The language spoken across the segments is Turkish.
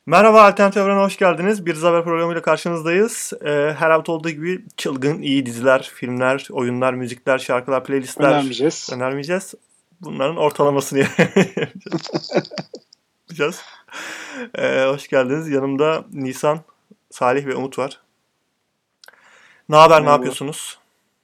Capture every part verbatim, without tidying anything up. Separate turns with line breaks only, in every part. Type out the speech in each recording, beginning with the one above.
Merhaba Alternatif Evren'e hoş geldiniz. Bir Haber programıyla karşınızdayız. Ee, her hafta olduğu gibi çılgın iyi diziler, filmler, oyunlar, müzikler, şarkılar, playlistler
önermeyeceğiz.
önermeyeceğiz. Bunların ortalamasını yapacağız. Ee, hoş geldiniz. Yanımda Nisan, Salih ve Umut var. Ne haber,
Merhaba.
ne yapıyorsunuz?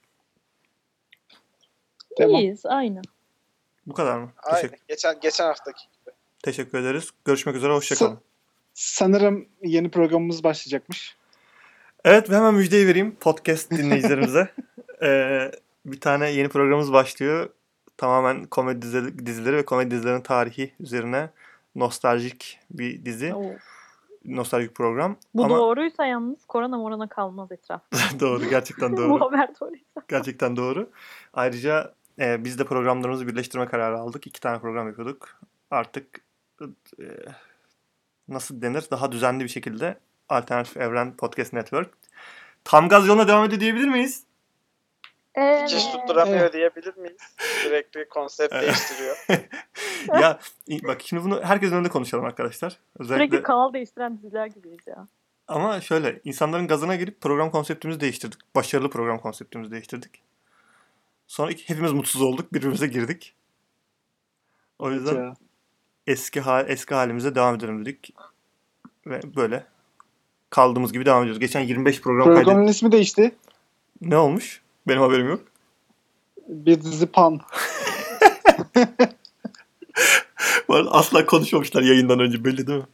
Devam.
İyiyiz, aynı.
Bu kadar mı?
Aynen.
Teşekkür,
Geçen geçen haftaki gibi.
teşekkür ederiz. Görüşmek üzere, hoşçakalın.
Sanırım yeni programımız başlayacakmış.
Evet ve hemen müjdeyi vereyim podcast dinleyicilerimize. ee, bir tane yeni programımız başlıyor. Tamamen komedi dizileri, dizileri ve komedi dizilerinin tarihi üzerine nostaljik bir dizi.
Oo.
Nostaljik program.
Bu
Ama
doğruysa yalnız korona morona kalmaz etrafta.
doğru, gerçekten
Bu
doğru.
haber doğruysa.
Gerçekten doğru. Ayrıca e, biz de programlarımızı birleştirme kararı aldık. İki tane program yapıyorduk. Artık e, nasıl denir? Daha düzenli bir şekilde Alternatif Evren Podcast Network tam gaz yoluna devam ediyor diyebilir miyiz?
Evet.
Hiç tutturamıyor
Evet.
diyebilir miyiz? Sürekli konsept
Evet.
değiştiriyor.
Ya bak şimdi bunu herkesin önünde konuşalım arkadaşlar. Özellikle
Sürekli kanal değiştiren diziler gibiyiz ya.
ama şöyle insanların gazına girip program konseptimizi değiştirdik. Başarılı program konseptimizi değiştirdik. Sonra iki- hepimiz mutsuz olduk, birbirimize girdik. O yüzden
Ya.
eski hal eski halimize devam edelim dedik ve böyle kaldığımız gibi devam ediyoruz. Geçen yirmi beş program kaydet.
Programın ismi değişti.
Ne olmuş? Benim haberim yok.
Bir dizi pan.
Bu arada asla konuşmamışlar yayından önce, belli değil mi?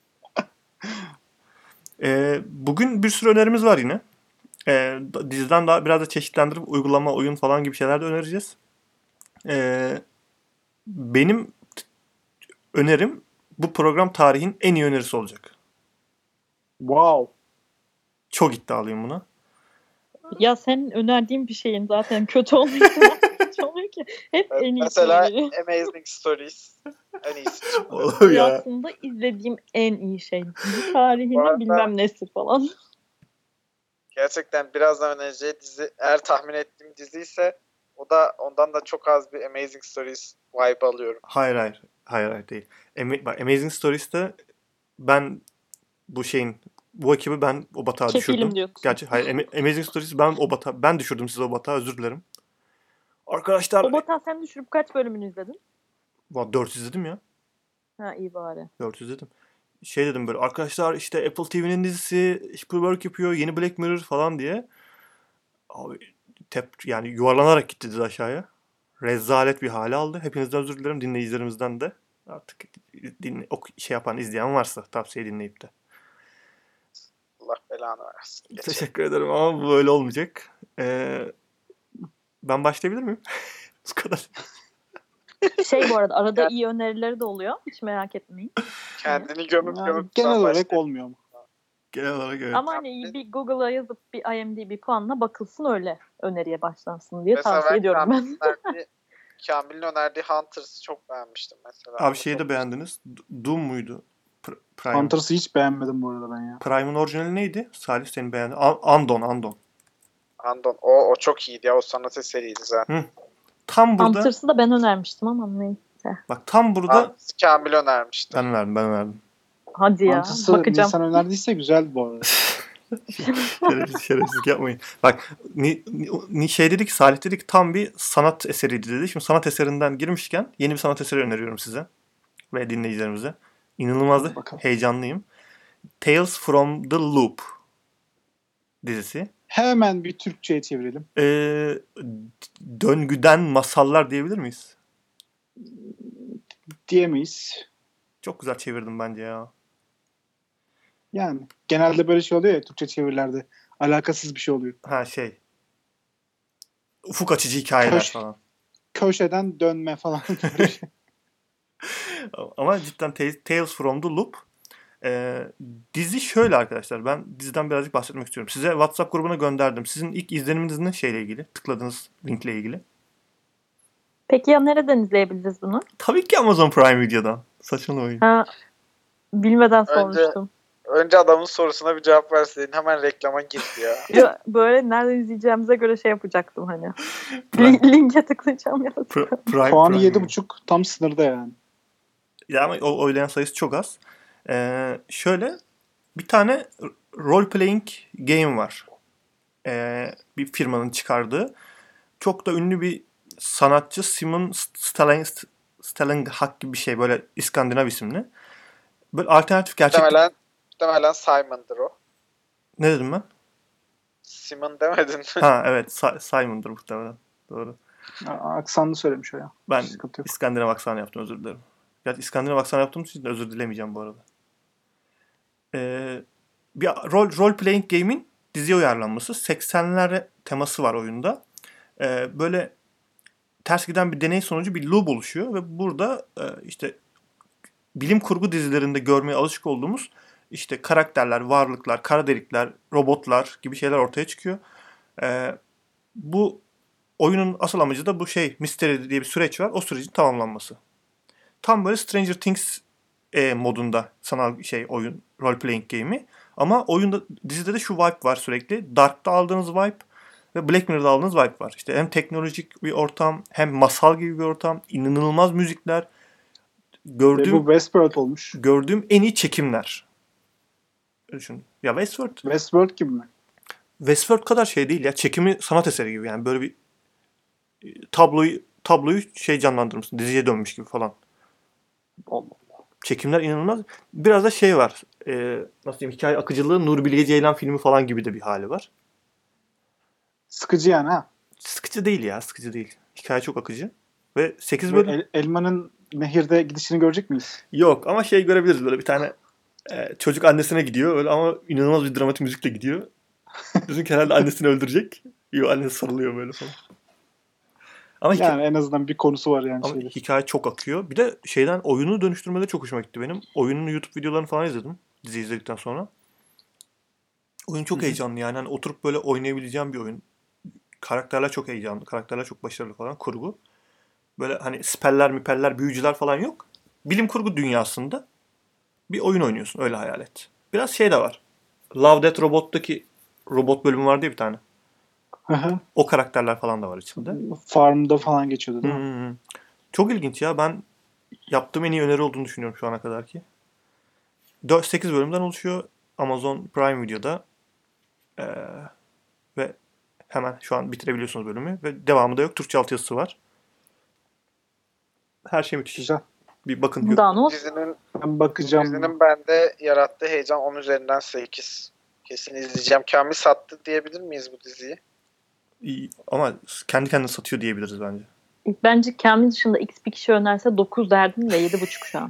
Ee, bugün bir sürü önerimiz var yine. Ee, diziden daha biraz da çeşitlendirip uygulama, oyun falan gibi şeyler de önereceğiz. Ee, benim t- önerim bu program tarihin en iyi önerisi olacak.
Wow.
Çok iddialıyım buna.
Ya senin önerdiğin bir şeyin zaten kötü olmuyor. Kötü oluyor ki. Hep
Evet,
en iyisi
Mesela
oluyor.
Amazing Stories en iyisi çıktı.
Olur ya.
Hayatımda izlediğim en iyi şey. Bu tarihinin
Bu arada-
bilmem nesi falan.
Gerçekten birazdan önereceği dizi eğer tahmin ettiğim dizi ise o da ondan da çok az bir Amazing Stories vibe alıyorum.
Hayır hayır. Hayır hayır değil. Ama- bak, Amazing Stories'te ben bu şeyin bu ekibi ben o batağa
Kefilim
düşürdüm.
diyorsun.
Gerçi hayır, Ama- Amazing Stories ben o batağa ben düşürdüm size o batağa, özür dilerim. Arkadaşlar
O batağı sen düşürüp kaç bölümünü izledin?
dört izledim ya.
Ha iyi bari.
dört izledim. Şey dedim böyle, arkadaşlar işte Apple T V'nin dizisi Spielberg yapıyor, yeni Black Mirror falan diye. Abi tep yani yuvarlanarak gitti dizi aşağıya. Rezalet bir hale aldı. Hepinizden özür dilerim, dinleyicilerimizden de. Artık dinle, ok, şey yapan, izleyen varsa tavsiye dinleyip de.
Allah belanı versin. Geçelim.
Teşekkür ederim ama bu böyle olmayacak. Ee, ben başlayabilir miyim? Bu kadar.
Şey bu arada arada iyi önerileri de oluyor. Hiç merak etmeyin.
Kendini gömüp
Yani
gömüp
genel olarak
başlıyor.
olmuyor mu?
Genel olarak evet.
Ama hani bir Google'a yazıp bir IMDb puanla bakılsın, öyle öneriye başlansın diye
Mesela
tavsiye
ben
ediyorum ben.
Kamil'in önerdiği, Kamil'in önerdiği Hunters'ı çok beğenmiştim mesela.
Abi
O
şeyi
çok-
de beğendiniz. D- Doom muydu? Pr- Prime.
Hunters'ı hiç beğenmedim bu arada ben ya.
Prime'ın orijinali neydi? Salih senin beğendin. An- Andon, Andon.
Andon. O, o çok iyiydi ya. O sanat eseriydi zaten.
Tam burada,
Hunters'ı da ben önermiştim ama neyse.
bak tam burada
Hunters Kamil önermişti.
ben verdim, ben verdim.
Hadi ya,
Hunters'ı
bakacağım.
Nisan önerdiyse güzel bu arada.
Şerefsiz, şerefsizlik yapmayın. Bak ni, ni, şey dedik, Salih dedik tam bir sanat eseriydi dedi. Şimdi sanat eserinden girmişken yeni bir sanat eseri öneriyorum size ve dinleyicilerimize. İnanılmaz da
Bakalım.
heyecanlıyım. Tales from the Loop dizisi.
Hemen bir Türkçe'ye çevirelim.
Ee, döngüden masallar diyebilir miyiz?
Diyemeyiz.
Çok güzel çevirdim bence ya.
Yani genelde böyle şey oluyor ya Türkçe çevirilerde. Alakasız bir şey oluyor.
Ha şey. Ufuk açıcı hikayeler
Köş-
falan.
Köşeden dönme falan.
Ama cidden Ta- Tales from the Loop. Ee, dizi şöyle arkadaşlar. Ben diziden birazcık bahsetmek istiyorum. Size WhatsApp grubuna gönderdim. Sizin ilk izleniminiz ne şeyle ilgili? Tıkladığınız linkle ilgili.
Peki ya nereden izleyebiliriz bunu?
Tabii ki Amazon Prime Video'dan. Saçmalamayın.
Ha, bilmeden
Önce-
sormuştum.
Önce adamın sorusuna bir cevap verseydin hemen reklama girdi ya.
Ya, böyle nereden izleyeceğimize göre şey yapacaktım hani.
Prime,
Link- linke tıklayacağım ya.
Pr- Prime,
Puanı
Prime
yedi
Video.
buçuk tam sınırda yani.
Ya ama o oylayan sayısı çok az. Ee, şöyle bir tane role playing game var. Ee, bir firmanın çıkardığı. Çok da ünlü bir sanatçı Simon Stelling, Stellinghak gibi bir şey. Böyle İskandinav isimli. Böyle alternatif gerçek...
Muhtemelen, muhtemelen Simon'dır o.
Ne dedim ben?
Simon demedin mi?
Ha evet Sa- Simon'dır muhtemelen. Doğru.
A- Aksanlı söylemiş o ya.
Ben
Sıkıntı yok.
İskandinav aksanı yaptım, özür dilerim. Gerçi İskandinav aksanı yaptığım için de özür dilemeyeceğim bu arada. Ee, bir role, role playing game'in diziye uyarlanması. seksenler teması var oyunda. Ee, böyle ters giden bir deney sonucu bir loop oluşuyor ve burada e, işte bilim kurgu dizilerinde görmeye alışık olduğumuz işte karakterler, varlıklar, kara delikler, robotlar gibi şeyler ortaya çıkıyor. Ee, bu oyunun asıl amacı da bu şey mystery diye bir süreç var. O sürecin tamamlanması. Tam böyle Stranger Things e, modunda sanal şey oyun, role playing game'i. Ama oyunda, dizide de şu vibe var sürekli. Dark'ta aldığınız vibe ve Black Mirror'da aldığınız vibe var. İşte hem teknolojik bir ortam, hem masal gibi bir ortam, inanılmaz müzikler,
Ve
gördüğüm
bu Westworld olmuş.
gördüğüm en iyi çekimler. Düşün. Ya Westworld,
Westworld gibi mi?
Westworld kadar şey değil ya. Çekimi sanat eseri gibi yani, böyle bir e, tabloyu tabloyu şey canlandırmışsın. Diziye dönmüş gibi falan.
Allah.
Çekimler inanılmaz. Biraz da şey var. E, nasıl diyeyim, hikaye akıcılığı Nuri Bilge Ceylan filmi falan gibi de bir hali var.
Sıkıcı yani ha.
Sıkıcı değil ya, sıkıcı değil. Hikaye çok akıcı. Ve sekiz
Ve
bölüm
el- elmanın nehirde gidişini görecek miyiz?
yok ama şey görebiliriz, böyle bir tane e, çocuk annesine gidiyor öyle ama inanılmaz bir dramatik müzikle gidiyor. Diyorsun ki herhalde annesini öldürecek. Yok, annesi sarılıyor böyle falan. Ama hikaye,
Yani en azından bir konusu var yani
ama
şeyde.
hikaye çok akıyor. Bir de şeyden oyunu dönüştürmede çok hoşuma gitti benim. Oyunun YouTube videolarını falan izledim dizi izledikten sonra. Oyun çok
Hı hı.
heyecanlı yani. Hani oturup böyle oynayabileceğim bir oyun. Karakterler çok heyecanlı. Karakterler çok başarılı falan. Kurgu. Böyle hani speller, mipeller, büyücüler falan yok. Bilim kurgu dünyasında bir oyun oynuyorsun. Öyle hayal et. Biraz şey de var. Love, Death Robot'taki robot bölümü vardı ya bir tane.
Hı hı.
O karakterler falan da var içinde.
Farmda falan geçiyordu değil mi?
Hmm. Çok ilginç ya. Ben yaptığım en iyi öneri olduğunu düşünüyorum şu ana kadar ki. dört sekiz bölümden oluşuyor. Amazon Prime Video'da. Ee, ve hemen şu an bitirebiliyorsunuz bölümü. Ve devamı da yok. Türkçe altyazısı var. Her şey müthiş.
Güzel.
Bir bakın.
Daha ne olsun?
Dizinin,
Ben bakacağım.
dizinin bende yarattığı heyecan on üzerinden sekiz. Kesin izleyeceğim. Kamil sattı diyebilir miyiz bu diziyi?
İyi. Ama kendi kendine satıyor diyebiliriz bence.
Bence Kamil dışında X bir kişi önerse dokuz derdim ve yedi buçuk şu an.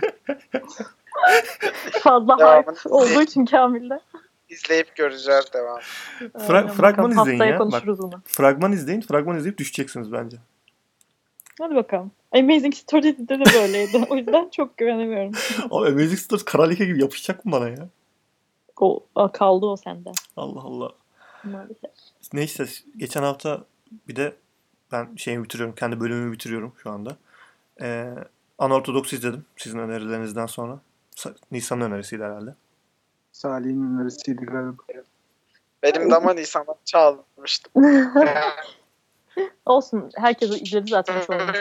Fazla
Devamını
hype olduğu için Kamil'de.
İzleyip göreceğiz devam.
Fra-
Aynen,
fragman
bakalım.
izleyin
Haftaya
ya.
konuşuruz bunu.
Fragman izleyin. Fragman izleyip düşeceksiniz bence.
Hadi bakalım. Amazing Stories'de de böyleydi. O yüzden çok güvenemiyorum.
Ama Amazing Stories kara leke gibi yapışacak mı bana ya?
O a, kaldı o sende.
Allah Allah.
Maalesef.
Neyse, geçen hafta bir de ben şeyimi bitiriyorum. Kendi bölümümü bitiriyorum şu anda. Ee, Unorthodox izledim sizin önerilerinizden sonra. Sa- Nisan'ın önerisiydi herhalde.
Salih'in önerisiydi galiba.
Benim de ama Nisan'dan çalmıştım.
Olsun. Herkes izledi zaten çoğunlukla.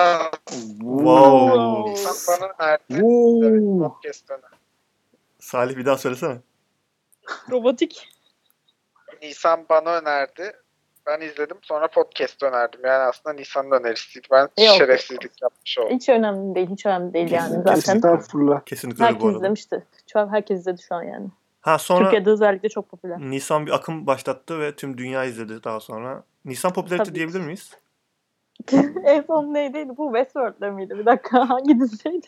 Wow.
Nisan bana önerdi.
Wow.
Evet, podcast önerdi.
Salih bir daha söylesene.
Robotik.
Nisan bana önerdi. Ben izledim, sonra podcast önerdim. Yani aslında Nisan'ın önerisiydi. Ben
Yok.
şerefsizlik yapmış oldum.
Hiç önemli değil. Hiç önemli değil yani zaten.
Estağfurullah.
Kesinlikle öyle bu
Herkes
arada.
izlemişti. Şu an herkes izledi şu an yani.
Ha sonra
Türkiye'de özellikle çok popüler.
Nisan bir akım başlattı ve tüm dünya izledi daha sonra. Nisan popülarite
Tabii.
diyebilir miyiz?
En son neydi? Bu Westworld'da mıydı? Bir dakika, hangi diziydi?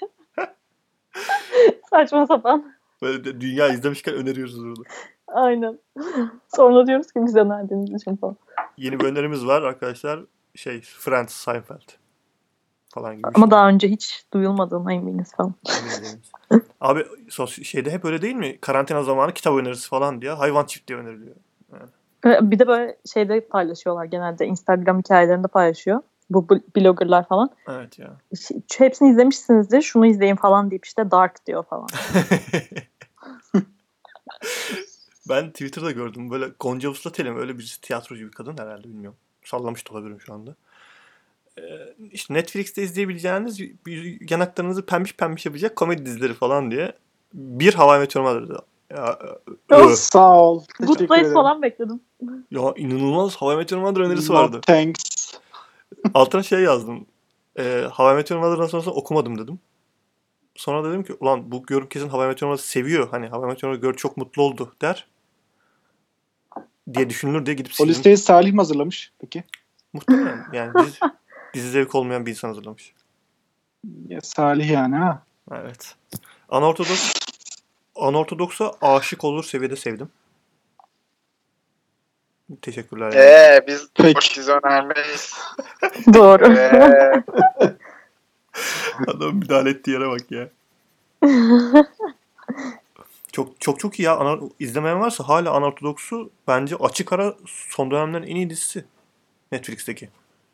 Saçma sapan.
Böyle de dünya izlemişken öneriyoruz burada.
Aynen. Sonra diyoruz ki biz önerdiğiniz için falan.
Yeni bir önerimiz var arkadaşlar. Şey, Friends, Seinfeld falan gibi bir
Ama
şey.
daha önce hiç duyulmadığına eminiz falan.
Eminiz. Abi sos- şeyde hep öyle değil mi? Karantina zamanı kitap önerisi falan diye. Hayvan çiftliği öneriliyor.
Bir de böyle şeyde paylaşıyorlar genelde. Instagram hikayelerinde paylaşıyor. Bu bloggerlar falan.
Evet ya.
Hepsini izlemişsinizdir. Şunu izleyin falan deyip işte Dark diyor falan.
Ben Twitter'da gördüm. Böyle Gonca Vuslatel'im, öyle bir tiyatrocu bir kadın herhalde, bilmiyorum. Sallamış da olabilirim şu anda. Ee, işte Netflix'te izleyebileceğiniz bir yanaklarınızı pembiş pembiş yapacak komedi dizileri falan diye Bir How I Met Your Mother'dı. Ya,
Of.
ıı.
Sağ ol.
Good
Teşekkür
Place
ederim.
falan bekledim.
Ya inanılmaz How I Met Your Mother önerisi
No
vardı.
thanks.
Altına şey yazdım. E, How I Met Your Mother'dan sonrasında okumadım dedim. Sonra dedim ki ulan bu yorum kesin How I Met Your Mother'ı seviyor. Hani How I Met Your Mother gör çok mutlu oldu der. Diye düşünülür diye gidip
O
sildim.
listeyi Salih mi hazırlamış peki?
Muhtemelen yani dizi, dizi zevk olmayan bir insan hazırlamış.
Ya, Salih yani ha.
Evet. Anortodoks Anortodoks'a aşık olur seviyede sevdim. Teşekkürler. Yani.
Eee biz
Peki.
boş dizi önermeyiz.
Doğru.
Eee
Adam müdahale ettiği yere bak ya. Çok çok çok iyi ya. Ana, izlemeyen varsa hala Anortodoks'u bence açık ara son dönemlerin en iyi dizisi. Netflix'teki.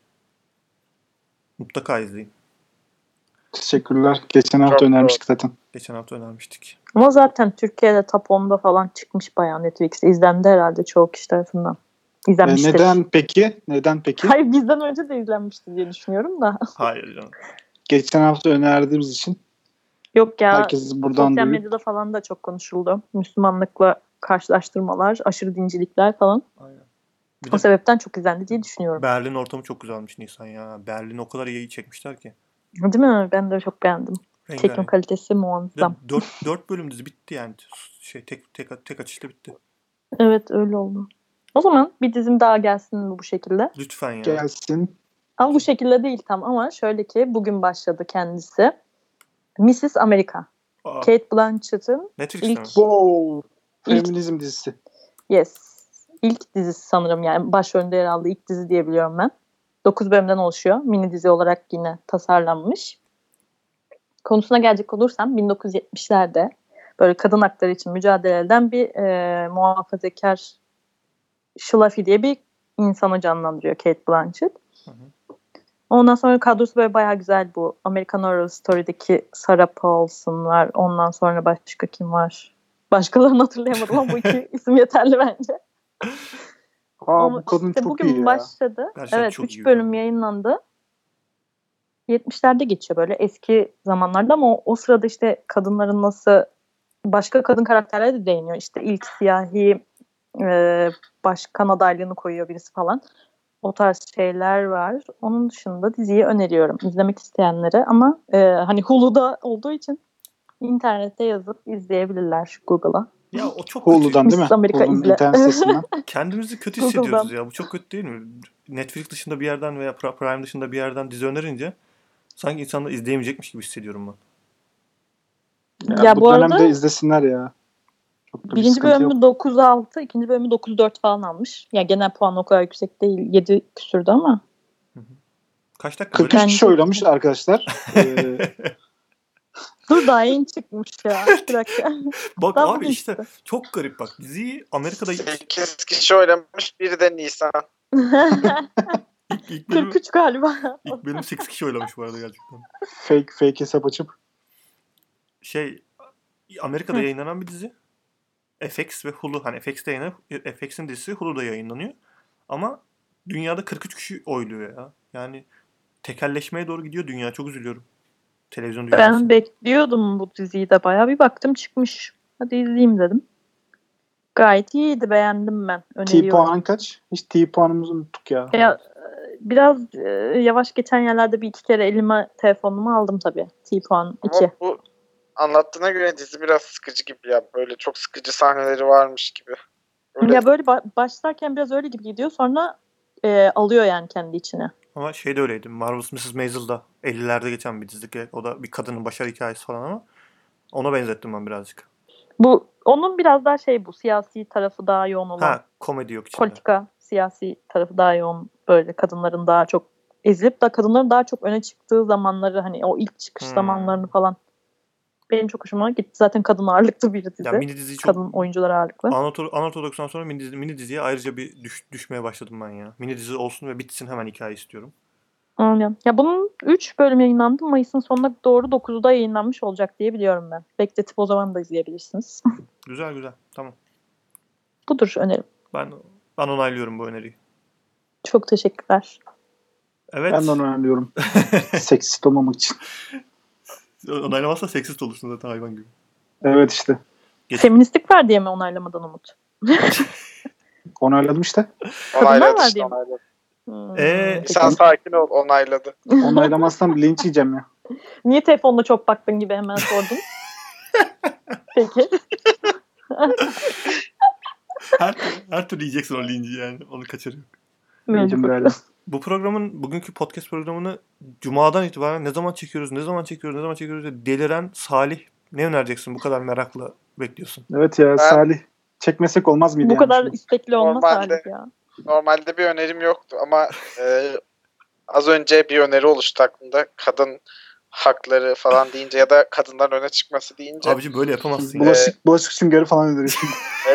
Mutlaka izleyin.
Teşekkürler. Geçen hafta
Çok
önermiştik zaten.
Geçen hafta önermiştik.
Ama zaten Türkiye'de top onda falan çıkmış bayağı Netflix'te. İzlendi herhalde çoğu kişi tarafından.
E,
İzlenmiştir.
neden peki? Neden peki?
Hayır bizden önce de izlenmişti diye düşünüyorum da.
Hayır canım.
Geçen hafta önerdiğimiz için
Yok ya
herkes buradan
sosyal
duyup
medyada falan da çok konuşuldu. Müslümanlıkla karşılaştırmalar, aşırı dincilikler falan.
Aynen. Bir
O
de
sebepten çok izlendi diye düşünüyorum.
Berlin ortamı çok güzelmiş Nisan ya. Berlin o kadar iyi çekmişler ki.
Değil mi? Ben de çok beğendim. Çekim
Rengarenk.
kalitesi
Bir de
muazzam.
dört, dört bölüm dizi bitti yani. Şey tek tek tek açışta bitti.
Evet öyle oldu. O zaman bir dizim daha gelsin mi bu şekilde?
Lütfen ya.
gelsin.
Ama bu şekilde değil tam ama şöyle ki bugün başladı kendisi. missis America.
Aa,
Kate Blanchett'ın
Netflix'te
ilk-
mi?
Wow.
İlk-
Feminizm dizisi.
yes ilk dizisi sanırım yani başrolünde yer aldığı ilk dizi diye biliyorum ben. dokuz bölümden oluşuyor. Mini dizi olarak yine tasarlanmış. Konusuna gelecek olursam bin dokuz yüz yetmişlerde böyle kadın hakları için mücadele eden bir e, muhafazakar Schlafly diye bir insanı canlandırıyor Kate Blanchett.
Hı hı.
Ondan sonra kadrosu böyle bayağı güzel bu. American Horror Story'deki Sarah Paulson var. Ondan sonra başka kim var? Başkalarını hatırlayamadım ama bu iki isim yeterli bence.
Aa,
Ama
bu kadın
işte
çok
bugün
iyi ya.
başladı.
Gerçekten
Evet
çok iyi
üç
bir
bölüm
kadın.
yayınlandı. yetmişlerde geçiyor böyle eski zamanlarda ama o, o sırada işte kadınların nasıl başka kadın karakterlere de değiniyor. İşte ilk siyahi e, başkan adaylığını koyuyor birisi falan. O tarz şeyler var. Onun dışında diziyi öneriyorum izlemek isteyenlere ama e, hani Hulu'da olduğu için internette yazıp izleyebilirler Google'a.
Ya o çok kötü.
Hulu'dan değil mi?
Missis America
Hulu'nun
izle.
internet sitesinden.
Kendimizi kötü
Google'dan.
hissediyoruz ya. Bu çok kötü değil mi? Netflix dışında bir yerden veya Prime dışında bir yerden dizi önerince sanki insanlar izleyemeyecekmiş gibi hissediyorum ben.
Ya,
Ya
bu,
bu
dönemde
arada
izlesinler ya. Çok da bir
birinci
sıkıntı
bölümü
yok.
dokuz altı, ikinci bölümü dokuz dört falan almış. Ya genel puan o kadar yüksek değil. yedi küsürdü ama.
Kaç dakika
kırk
böyle?
üç kişi
Bence-
oylamış arkadaşlar. Ee,
Dur daha yeni çıkmış ya. Bir dakika.
Bak
Daha
abi
bugün
işte
çıktı.
çok garip bak. Diziyi Amerika'da ilk,
sekiz kişi oynamış, biri de Nisan.
ilk, ilk bölüm
kırk üç galiba.
ilk bölüm sekiz kişi oylamış bu arada gerçekten.
fake fake hesap açıp
Şey Amerika'da
Hı.
yayınlanan bir dizi. F X ve Hulu hani F X'te yayınlanıp F X'in dizisi Hulu'da yayınlanıyor. Ama dünyada kırk üç kişi oyluyor ya. Yani tekelleşmeye doğru gidiyor dünya. Çok üzülüyorum. Televizyon dünyası.
Ben bekliyordum bu diziyi de bayağı. Bir baktım çıkmış. Hadi izleyeyim dedim. Gayet iyiydi. Beğendim ben.
T
Öneriyorum.
puanın kaç? Hiç T puanımızı unuttuk ya.
Ya, biraz e, yavaş geçen yerlerde bir iki kere elime telefonumu aldım tabii. T puan iki.
Ama bu anlattığına göre dizi biraz sıkıcı gibi ya. Böyle çok sıkıcı sahneleri varmış gibi. Öyle
Ya böyle ba- başlarken biraz öyle gibi gidiyor. Sonra e, alıyor yani kendi içine.
Ama şey de öyleydi. Marvelous missus Maisel'da ellilerde geçen bir dizi. O da bir kadının başarı hikayesi falan ama ona benzettim ben birazcık.
Bu onun biraz daha şey bu siyasi tarafı daha yoğun olan.
Ha komedi yok içinde.
Politika, siyasi tarafı daha yoğun. Böyle kadınların daha çok ezilip da kadınların daha çok öne çıktığı zamanları hani o ilk çıkış
Hmm.
zamanlarını falan. Benim çok hoşuma gitti. Zaten kadın ağırlıklı bir dizi.
Ya mini dizi çok
Kadın oyuncular ağırlıklı.
Anato- Anortodoks'tan sonra mini, dizi, mini diziye ayrıca bir düş, düşmeye başladım ben ya. Mini dizi olsun ve bitsin hemen hikaye istiyorum.
Aynen. Ya bunun üç bölüm yayınlandı. Mayıs'ın sonuna doğru dokuzda yayınlanmış olacak diye biliyorum ben. Bekletip o zaman da izleyebilirsiniz.
Güzel güzel. Tamam.
Budur önerim.
Ben ben onaylıyorum bu öneriyi.
Çok teşekkürler.
Evet.
Ben de onu önemliyorum. Seksist olmamak için.
Onaylamazsa seksist olursun zaten hayvan gibi.
Evet işte.
Geç-
Feministlik var diye mi onaylamadan Umut?
Onayladım işte.
Onayladı
var
işte
diye mi?
onayladı.
Hmm,
Ee,
peki.
Sen sakin ol, onayladı.
Onaylamazsam linç yiyeceğim ya.
Niye telefonla çok baktın gibi hemen sordun? Peki.
her, her türlü yiyeceksin o linci yani. Onu kaçırıyor.
Lincim
Mecbur.
değerli.
Bu programın, bugünkü podcast programını Cuma'dan itibaren ne zaman çekiyoruz, ne zaman çekiyoruz, ne zaman çekiyoruz diye deliren Salih, ne önereceksin? Bu kadar merakla bekliyorsun.
Evet ya
Ben-
Salih. Çekmesek olmaz mıydı
Bu
yani
kadar
şimdi?
istekli olma
Normalde-
Salih ya.
Normalde bir önerim yoktu ama e, az önce bir öneri oluştu aklımda. Kadın hakları falan deyince ya da kadınların öne çıkması deyince.
Abici böyle yapamazsın ya.
Bulaşık, bulaşık süngeri falan öderiyor şimdi.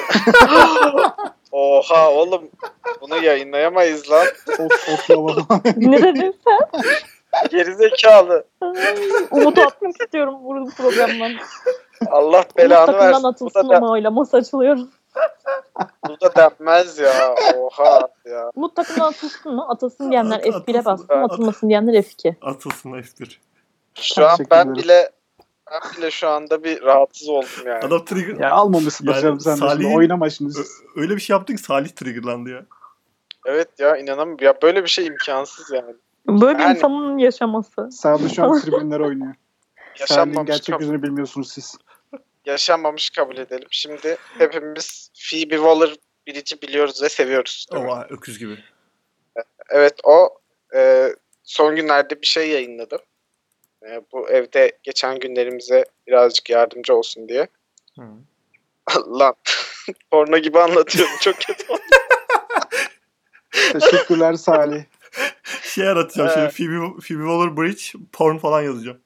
Oha oğlum, bunu yayınlayamayız lan.
Of of lava falan.
Ne dedin sen?
Gerizekalı.
Umut'u atmak istiyorum bu programdan.
Allah
Umut
belanı
takımdan
versin. Bu
atılsın
da,
ama oylaması açılıyorum.
bu da denmez ya. Oha ya.
Umut takımdan atılsın mı? Atılsın diyenler
At-
F bir'e
atılsın.
bassın,
At-
atılmasın diyenler F iki.
Atılsın F bir.
Şu an
Teşekkür
ben
ederim.
bile ben bile şu anda bir rahatsız oldum yani.
Adam trigger...
Ya almamışsın
Yani
canım sen de şimdi.
Salih'in-
Oynama şimdi.
Ö- öyle bir şey yaptın ki Salih triggerlandı ya.
Evet ya, inanamıyorum. Ya böyle bir şey imkansız yani.
Böyle
Yani-
insanın yaşaması.
Sağda şu an tribünler oynuyor. Salih'in
Yaşanmamış,
gerçek
kabul,
yüzünü bilmiyorsunuz siz.
yaşanmamış kabul edelim. Şimdi hepimiz Phoebe Waller-Bridge'i biliyoruz ve seviyoruz. değil mi?
Ova öküz gibi.
Evet, o e, son günlerde bir şey yayınladı. E, bu evde geçen günlerimize birazcık yardımcı olsun diye.
Hı.
Lan porno gibi anlatıyorum, çok kötü oldu.
Teşekkürler Salih.
Şey aratacağım şimdi.
Evet.
Phoebe, Phoebe Waller-Bridge porn falan yazacağım.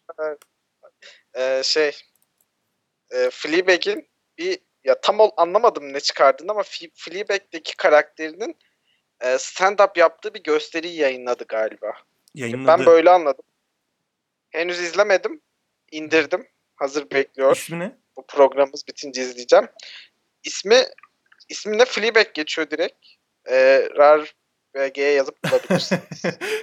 E, şey e, Fleabag'in bir, ya tam ol, anlamadım ne çıkardığını ama Fe- Fleabag'deki karakterinin e, stand-up yaptığı bir gösteriyi yayınladı galiba.
Yayınladı.
Ben böyle anladım. Henüz izlemedim. İndirdim. Hazır bekliyor.
İsmi ne?
Bu programımız bitince izleyeceğim. İsmi ismi ne? Fleabag geçiyor direkt. Ee, R A R G'ye yazıp bulabilirsiniz.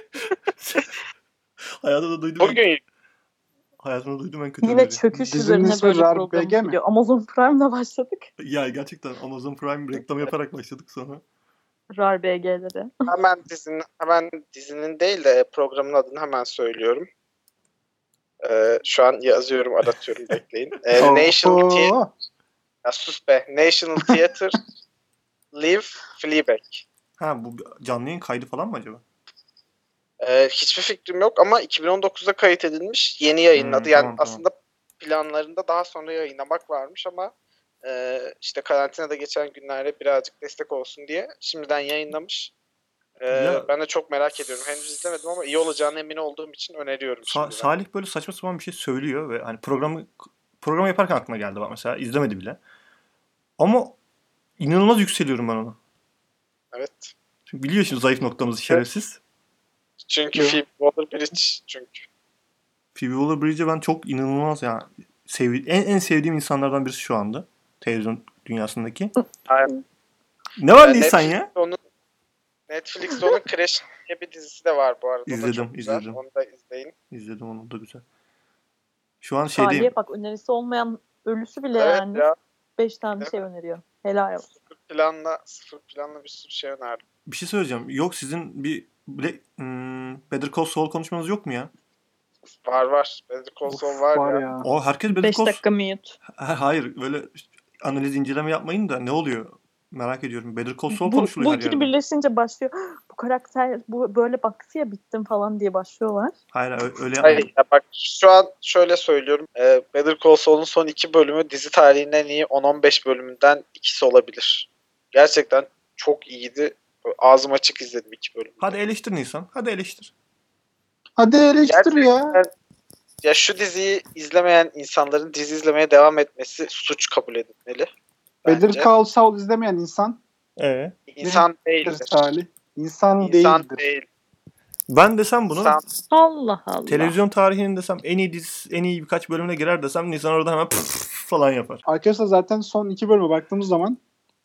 Hayatımda duydum. En,
Bugün
hayatımda duydum en kötü
Yine
öneri.
çöküş
Dizinin
üzerine
ismi
böyle
R
program
B G mi?
gidiyor. Amazon Prime'la başladık.
Ya gerçekten Amazon Prime reklam yaparak başladık sonra.
R A R G'leri.
hemen dizinin hemen dizinin değil de programın adını hemen söylüyorum. Ee, şu an yazıyorum, aratıyorum, bekleyin. Ee, National Theatre.
Oho.
Ya sus be. National Theatre Live Fleabag.
Ha bu canlı yayın kaydı falan mı acaba?
Ee, hiçbir fikrim yok ama iki bin on dokuzda kayıt edilmiş. Yeni yayınladı.
Hmm,
yani
tamam, tamam.
aslında planlarında daha sonra yayınlamak varmış ama e, işte karantinada geçen günlerde birazcık destek olsun diye şimdiden yayınlamış. Ee,
Ya-
ben de çok merak ediyorum. Henüz izlemedim ama iyi olacağına emin olduğum için öneriyorum
Sa-
şimdiden.
Salih böyle saçma sapan bir şey söylüyor ve hani programı program yaparken aklıma geldi bak mesela izlemedi bile. Ama inanılmaz yükseliyorum ben ona.
Evet.
Çünkü biliyor şimdi zayıf noktamızı şerefsiz.
Çünkü
Yok.
Phoebe Waller-Bridge çünkü.
Phoebe Waller-Bridge'e ben çok inanılmaz yani sev- en, en sevdiğim insanlardan birisi şu anda. Televizyon dünyasındaki.
Aynen.
Ne var
Ee,
Nisan
Netflix'te
ya?
Onun, Netflix'te onun Crash diye bir dizisi de var bu arada. O da
İzledim,
çok güzel.
izledim.
Onu da izleyin.
İzledim onu da güzel. Şu an şeydeyim.
Salih'e bak, önerisi olmayan ölüsü bile
Evet
yani.
ya.
Beş tane
Evet.
şey öneriyor. Helal olsun.
Sıfır planla, sıfır planla bir sürü şey önerdim.
Bir şey söyleyeceğim. Yok sizin bir Black, hmm, Better Call Saul konuşmanız yok mu ya?
Var var. Better Call
Of,
Saul var, ya.
O herkes Better
Beş
Call
dakika mute.
Ha, hayır böyle analiz inceleme yapmayın da ne oluyor? Merak ediyorum. Better Call Saul
Bu,
konuşuluyor
bu
her
ikili
yerde.
birleşince başlıyor. Bu karakter bu böyle baktı ya, bittim falan diye başlıyorlar.
Hayır ö- öyle yapmayın.
Hayır ya, bak şu an şöyle söylüyorum. Ee, Better Call Saul'un son iki bölümü dizi tarihinin en iyi on on beş bölümünden ikisi olabilir. Gerçekten çok iyiydi. Böyle ağzım açık izledim iki bölümü.
Hadi eleştir Nisan. Hadi eleştir.
Hadi eleştir ya.
Gerçekten- Ya şu diziyi izlemeyen insanların dizi izlemeye devam etmesi suç kabul edilmeli.
Better
Bence.
Call Saul izlemeyen insan
Ee?
İnsan
değildir
değildir.
Salih. İnsan,
İnsan
değildir.
değil.
Ben desem bunu
İnsan.
Allah Allah.
televizyon tarihinin desem en iyi dizi, en iyi birkaç bölümüne girer desem Nisan orada hemen pıf falan yapar.
Arkadaşlar zaten son iki bölüme baktığımız zaman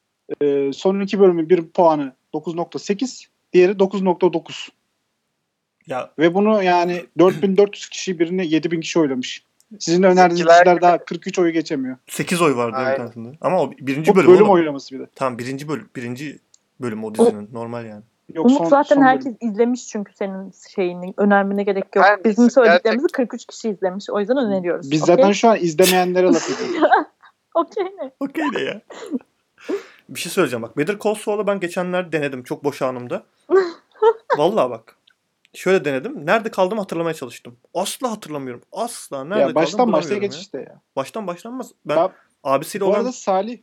e, son iki bölümün bir puanı dokuz nokta sekiz, diğeri dokuz nokta dokuz.
Ya
Ve bunu yani dört bin dört yüz kişi birine yedi bin kişi oylamış. Sizin önerdiğiniz
Bizimkiler
diziler
gibi.
daha kırk üç oyu geçemiyor.
sekiz oy vardı ya bir
Aynen.
tanesinde. Ama o birinci
Bu
bölüm,
bölüm
oğlum.
oylaması bir de.
Tamam birinci bölüm. Birinci bölüm o dizinin. Normal yani.
Yok,
Umut
son,
zaten
son
herkes
bölüm.
izlemiş çünkü senin şeyini önermene gerek yok.
Aynen,
Bizim söylediklerimizi
gerçekten.
kırk üç kişi izlemiş. O yüzden öneriyoruz.
Biz
Okey?
zaten şu an izlemeyenlere laf ediyoruz.
Okey ne?
Okey de ya. Bir şey söyleyeceğim bak. Better Call Saul'u ben geçenlerde denedim. Çok boş anımda. Vallahi bak. Şöyle denedim. Nerede kaldım hatırlamaya çalıştım. Asla hatırlamıyorum. Asla. Nerede
Ya baştan
kaldım
başlaya
bulamıyorum
geç
ya.
işte ya.
Baştan başlanmaz. Ben
Ya,
abisiyle
bu
olan...
arada Salih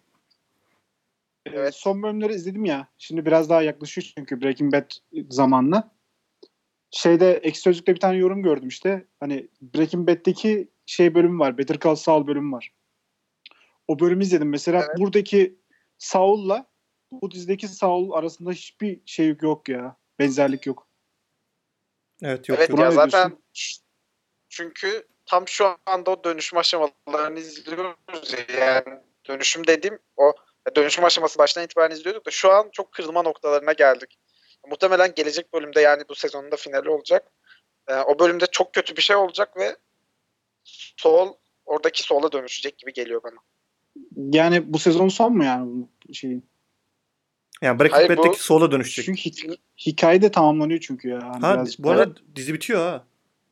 e,
Evet.
son bölümleri izledim ya. Şimdi biraz daha yaklaşıyor çünkü Breaking Bad zamanla. Şeyde Ekşi Sözlük'te bir tane yorum gördüm işte. Hani Breaking Bad'deki şey bölümü var. Better Call Saul bölümü var. O bölümü izledim. Mesela
Evet.
buradaki Saul'la bu dizideki Saul arasında hiçbir şey yok ya. Benzerlik yok.
Evet yok
Evet
yok.
Buna
ya
ne
zaten
diyorsun?
çünkü tam şu anda o dönüşüm aşamalarını izliyoruz ya. Yani dönüşüm dediğim o dönüşüm aşaması baştan itibaren izliyorduk da şu an çok kırılma noktalarına geldik. Muhtemelen gelecek bölümde yani bu sezonun da finali olacak. Ee, o bölümde çok kötü bir şey olacak ve Sol oradaki sola dönüşecek gibi geliyor bana.
Yani bu sezon son mu yani bu şeyin?
Yani Breaking
Hayır, bu-
Bad'deki Saul'a dönüşecek.
Çünkü hi- hikaye de tamamlanıyor çünkü ya. Hani
Ha
birazcık
bu
daha-
arada dizi bitiyor ha.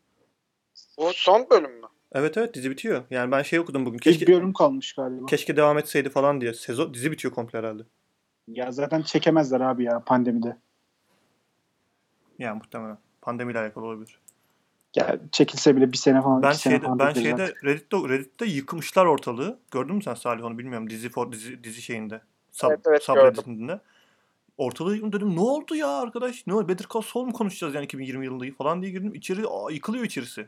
Bu son bölüm mü?
Evet evet dizi bitiyor. Yani ben şey okudum bugün.
bir
Keşke
bölüm kalmış galiba.
keşke devam etseydi falan diye. Sezon dizi bitiyor komple herhalde.
Ya zaten çekemezler abi ya pandemide.
Yani muhtemelen. Pandemiyle alakalı olabilir.
Ya çekilse bile bir sene falan,
Ben
iki sene
şeyde
falan
ben
bekleriz
şeyde
artık.
Reddit'te Reddit'te yıkmışlar ortalığı. Gördün mü sen Salih onu bilmiyorum. Dizi for, dizi dizi şeyinde. Sub,
Evet, evet,
subreddit'inde. Ortalığı yıkım dedim. Ne oldu ya arkadaş? Ne oldu? Better Call Saul mu konuşacağız yani iki bin yirmi yılında falan diye girdim. İçeri aa, yıkılıyor içerisi.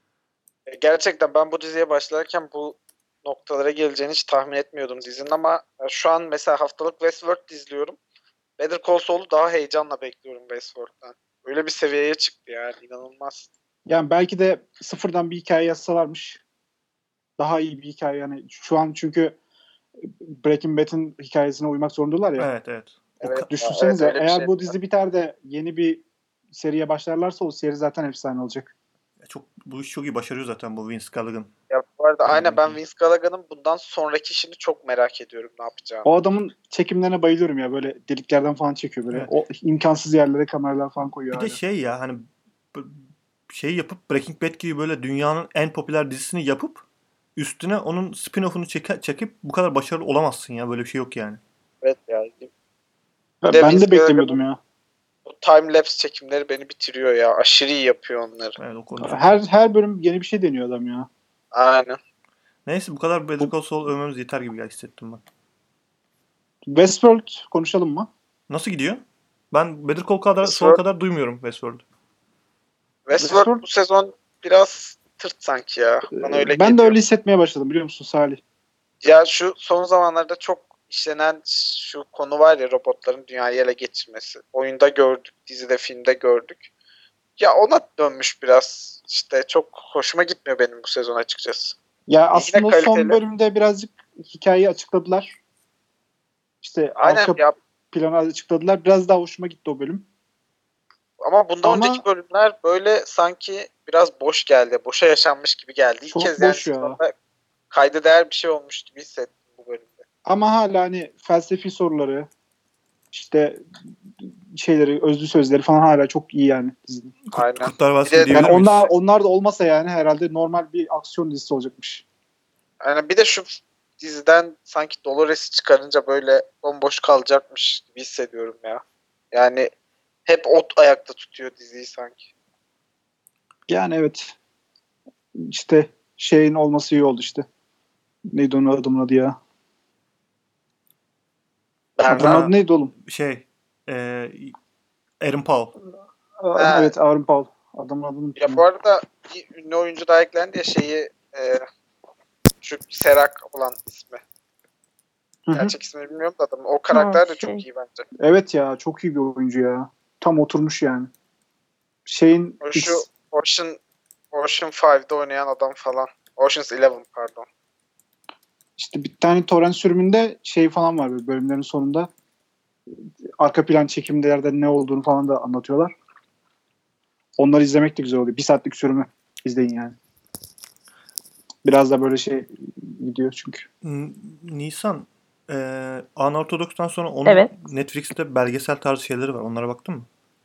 E, Gerçekten ben bu diziye başlarken bu noktalara geleceğini hiç tahmin etmiyordum dizinin ama e, şu an mesela haftalık Westworld izliyorum. Better Call Saul'u daha heyecanla bekliyorum Westworld'dan. Öyle bir seviyeye çıktı yani inanılmaz.
Yani belki de sıfırdan bir hikaye yazsalarmış daha iyi bir hikaye. Yani şu an çünkü Breaking Bad'in hikayesine uymak zorundalar ya.
Evet evet. O
Evet,
ka-
Düşünsenize
evet, öyle bir
eğer
şey
bu
var.
dizi biter de yeni bir seriye başlarlarsa o seri zaten efsane olacak.
çok bu iş çok iyi başarıyor zaten bu Vince Gilligan.
Ya bu arada aynen ben
Hı.
Vince Gilligan'ın bundan sonraki işini çok merak ediyorum ne yapacağını.
O adamın çekimlerine bayılıyorum ya. Böyle deliklerden falan çekiyor böyle.
Evet.
O imkansız yerlere kameralar falan koyuyor.
Bir de
hala.
şey ya hani b- şey yapıp Breaking Bad gibi böyle dünyanın en popüler dizisini yapıp üstüne onun spin-off'unu çeke- çekip bu kadar başarılı olamazsın ya. Böyle bir şey yok yani.
Evet ya.
Ben,
de
ben
Vince
de beklemiyordum ya.
Bu time lapse çekimleri beni bitiriyor ya. Aşırı iyi yapıyor onları.
Evet o konu çok-
Her her bölüm yeni bir şey deniyor adam ya.
Aynen.
Neyse bu kadar Better Call Saul övmemiz yeter gibi ya hissettim ben.
Westworld konuşalım mı?
Nasıl gidiyor? Ben Better Call kadar,
Westworld-
Saul kadar duymuyorum Westworld.
Westworld
Westworld-
bu sezon biraz tırt sanki ya. Bana öyle
ben de
geliyor.
öyle hissetmeye başladım biliyor musun Salih?
Ya şu son zamanlarda çok işlenen şu konu var ya robotların dünyayı ele geçirmesi. Oyunda gördük, dizide, filmde gördük. Ya ona dönmüş biraz. İşte çok hoşuma gitmiyor benim bu sezon açıkçası.
Ya aslında o son
kaliteli.
bölümde birazcık hikayeyi açıkladılar. İşte
Aynen
arka
ya.
planı açıkladılar. Biraz daha hoşuma gitti o bölüm.
Ama bundan
Ama-
önceki bölümler böyle sanki biraz boş geldi. Boşa yaşanmış gibi geldi. İlk
Çok
kez yani
boş ya.
sezonda kayda değer bir şey olmuş gibi hissettim bu bölümde.
Ama hala hani felsefi soruları işte şeyleri, özlü sözleri falan hala çok iyi yani dizinin.
Aynen.
Kurtlar Vadisi
Bir de-
diyebilir
Yani
miyiz?
onlar, onlar da olmasa yani herhalde normal bir aksiyon dizisi olacakmış.
Yani bir de şu diziden sanki Dolores'i çıkarınca böyle bomboş kalacakmış gibi hissediyorum ya. Yani hep ot ayakta tutuyor diziyi sanki.
Yani evet. İşte şeyin olması iyi oldu işte. Neydi onun adamın adı ya? Adamın
Berna.
adı neydi oğlum?
Şey e, Aaron Paul.
Aa, evet Aaron Paul. Adamın adını
Ya
unuttum.
bu arada bir ünlü oyuncu daha eklendi ya şeyi e, şu Serak olan ismi.
Hı hı.
Gerçek ismini bilmiyorum da adamın. O karakter de
Ha,
çok
şey.
iyi bence.
Evet ya çok iyi bir oyuncu ya. Tam oturmuş yani. Şeyin
O şu
X-
Ocean Ocean beşte oynayan adam falan. Ocean's Eleven pardon.
işte bir tane torrent sürümünde şey falan var böyle bölümlerin sonunda. Arka plan çekimlerde ne olduğunu falan da anlatıyorlar. Onları izlemek de güzel oluyor. Bir saatlik sürümü izleyin yani. Biraz da böyle şey gidiyor çünkü.
N- Nisan e, Unorthodox'tan sonra onun
Evet.
Netflix'te belgesel tarzı şeyleri var. Onlara baktın mı?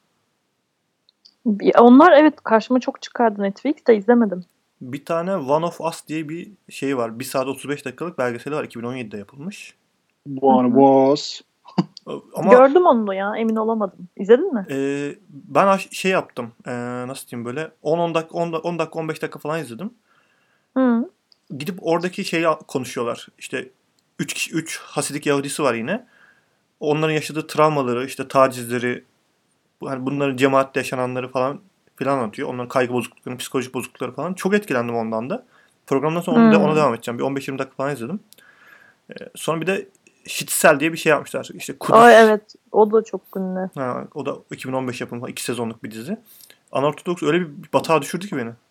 Bir- Onlar evet karşıma çok çıkardı Netflix'te izlemedim.
Bir tane One of Us diye bir şey var. bir saat otuz beş dakikalık belgeseli var. iki bin on yedide yapılmış.
One was.
Ama
Gördüm onu da ya emin olamadım. İzledin mi?
e, ben aş- şey yaptım. E, nasıl diyeyim böyle on on dakika on, on dakika on beş dakika falan izledim.
Hı.
Gidip oradaki şeyi konuşuyorlar. İşte üç kişi üç Hasidik Yahudisi var yine. Onların yaşadığı travmaları, işte tacizleri, hani bunların cemaatte yaşananları falan filan anlatıyor. Onların kaygı bozuklukları, psikolojik bozuklukları falan. Çok etkilendim ondan da. Programdan sonra onu da,
Hmm.
ona devam edeceğim. Bir on beş yirmi dakika falan izledim. Ee, sonra bir de Şitsel diye bir şey yapmışlar. İşte Kudüs.
Ay evet o da çok ünlü.
Ha, o da iki bin on beş yapımı. iki sezonluk bir dizi. Unorthodox öyle bir batağa düşürdü ki beni.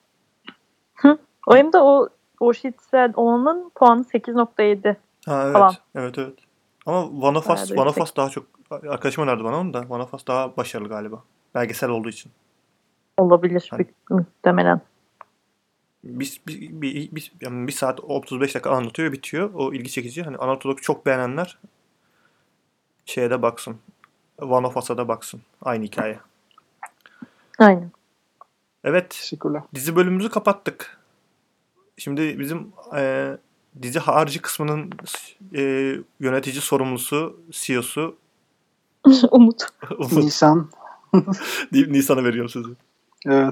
O hem de o o Şitsel onun puanı sekiz nokta yedi.
Ha evet.
Falan.
Evet evet. Ama One of
Bayağı
Us,
da
One of
yüksek.
Us daha çok, arkadaşım önerdi bana onu da. One of Us daha başarılı galiba. Belgesel olduğu için.
Olabilir
Hani-
büyük- muhtemelen.
Bir, bir, bir, bir, yani bir saat otuz beş dakika anlatıyor, bitiyor. O ilgi çekici. Hani Unorthodox'u çok beğenenler şeye de baksın. One of Us'a da baksın. Aynı hikaye.
Aynen.
Evet.
Teşekkürler.
Dizi bölümümüzü kapattık. Şimdi bizim e, dizi harici kısmının e, yönetici sorumlusu, C E O'su
Umut.
Umut
Nisan.
deyip Nisan'a veriyorum sözü.
Evet.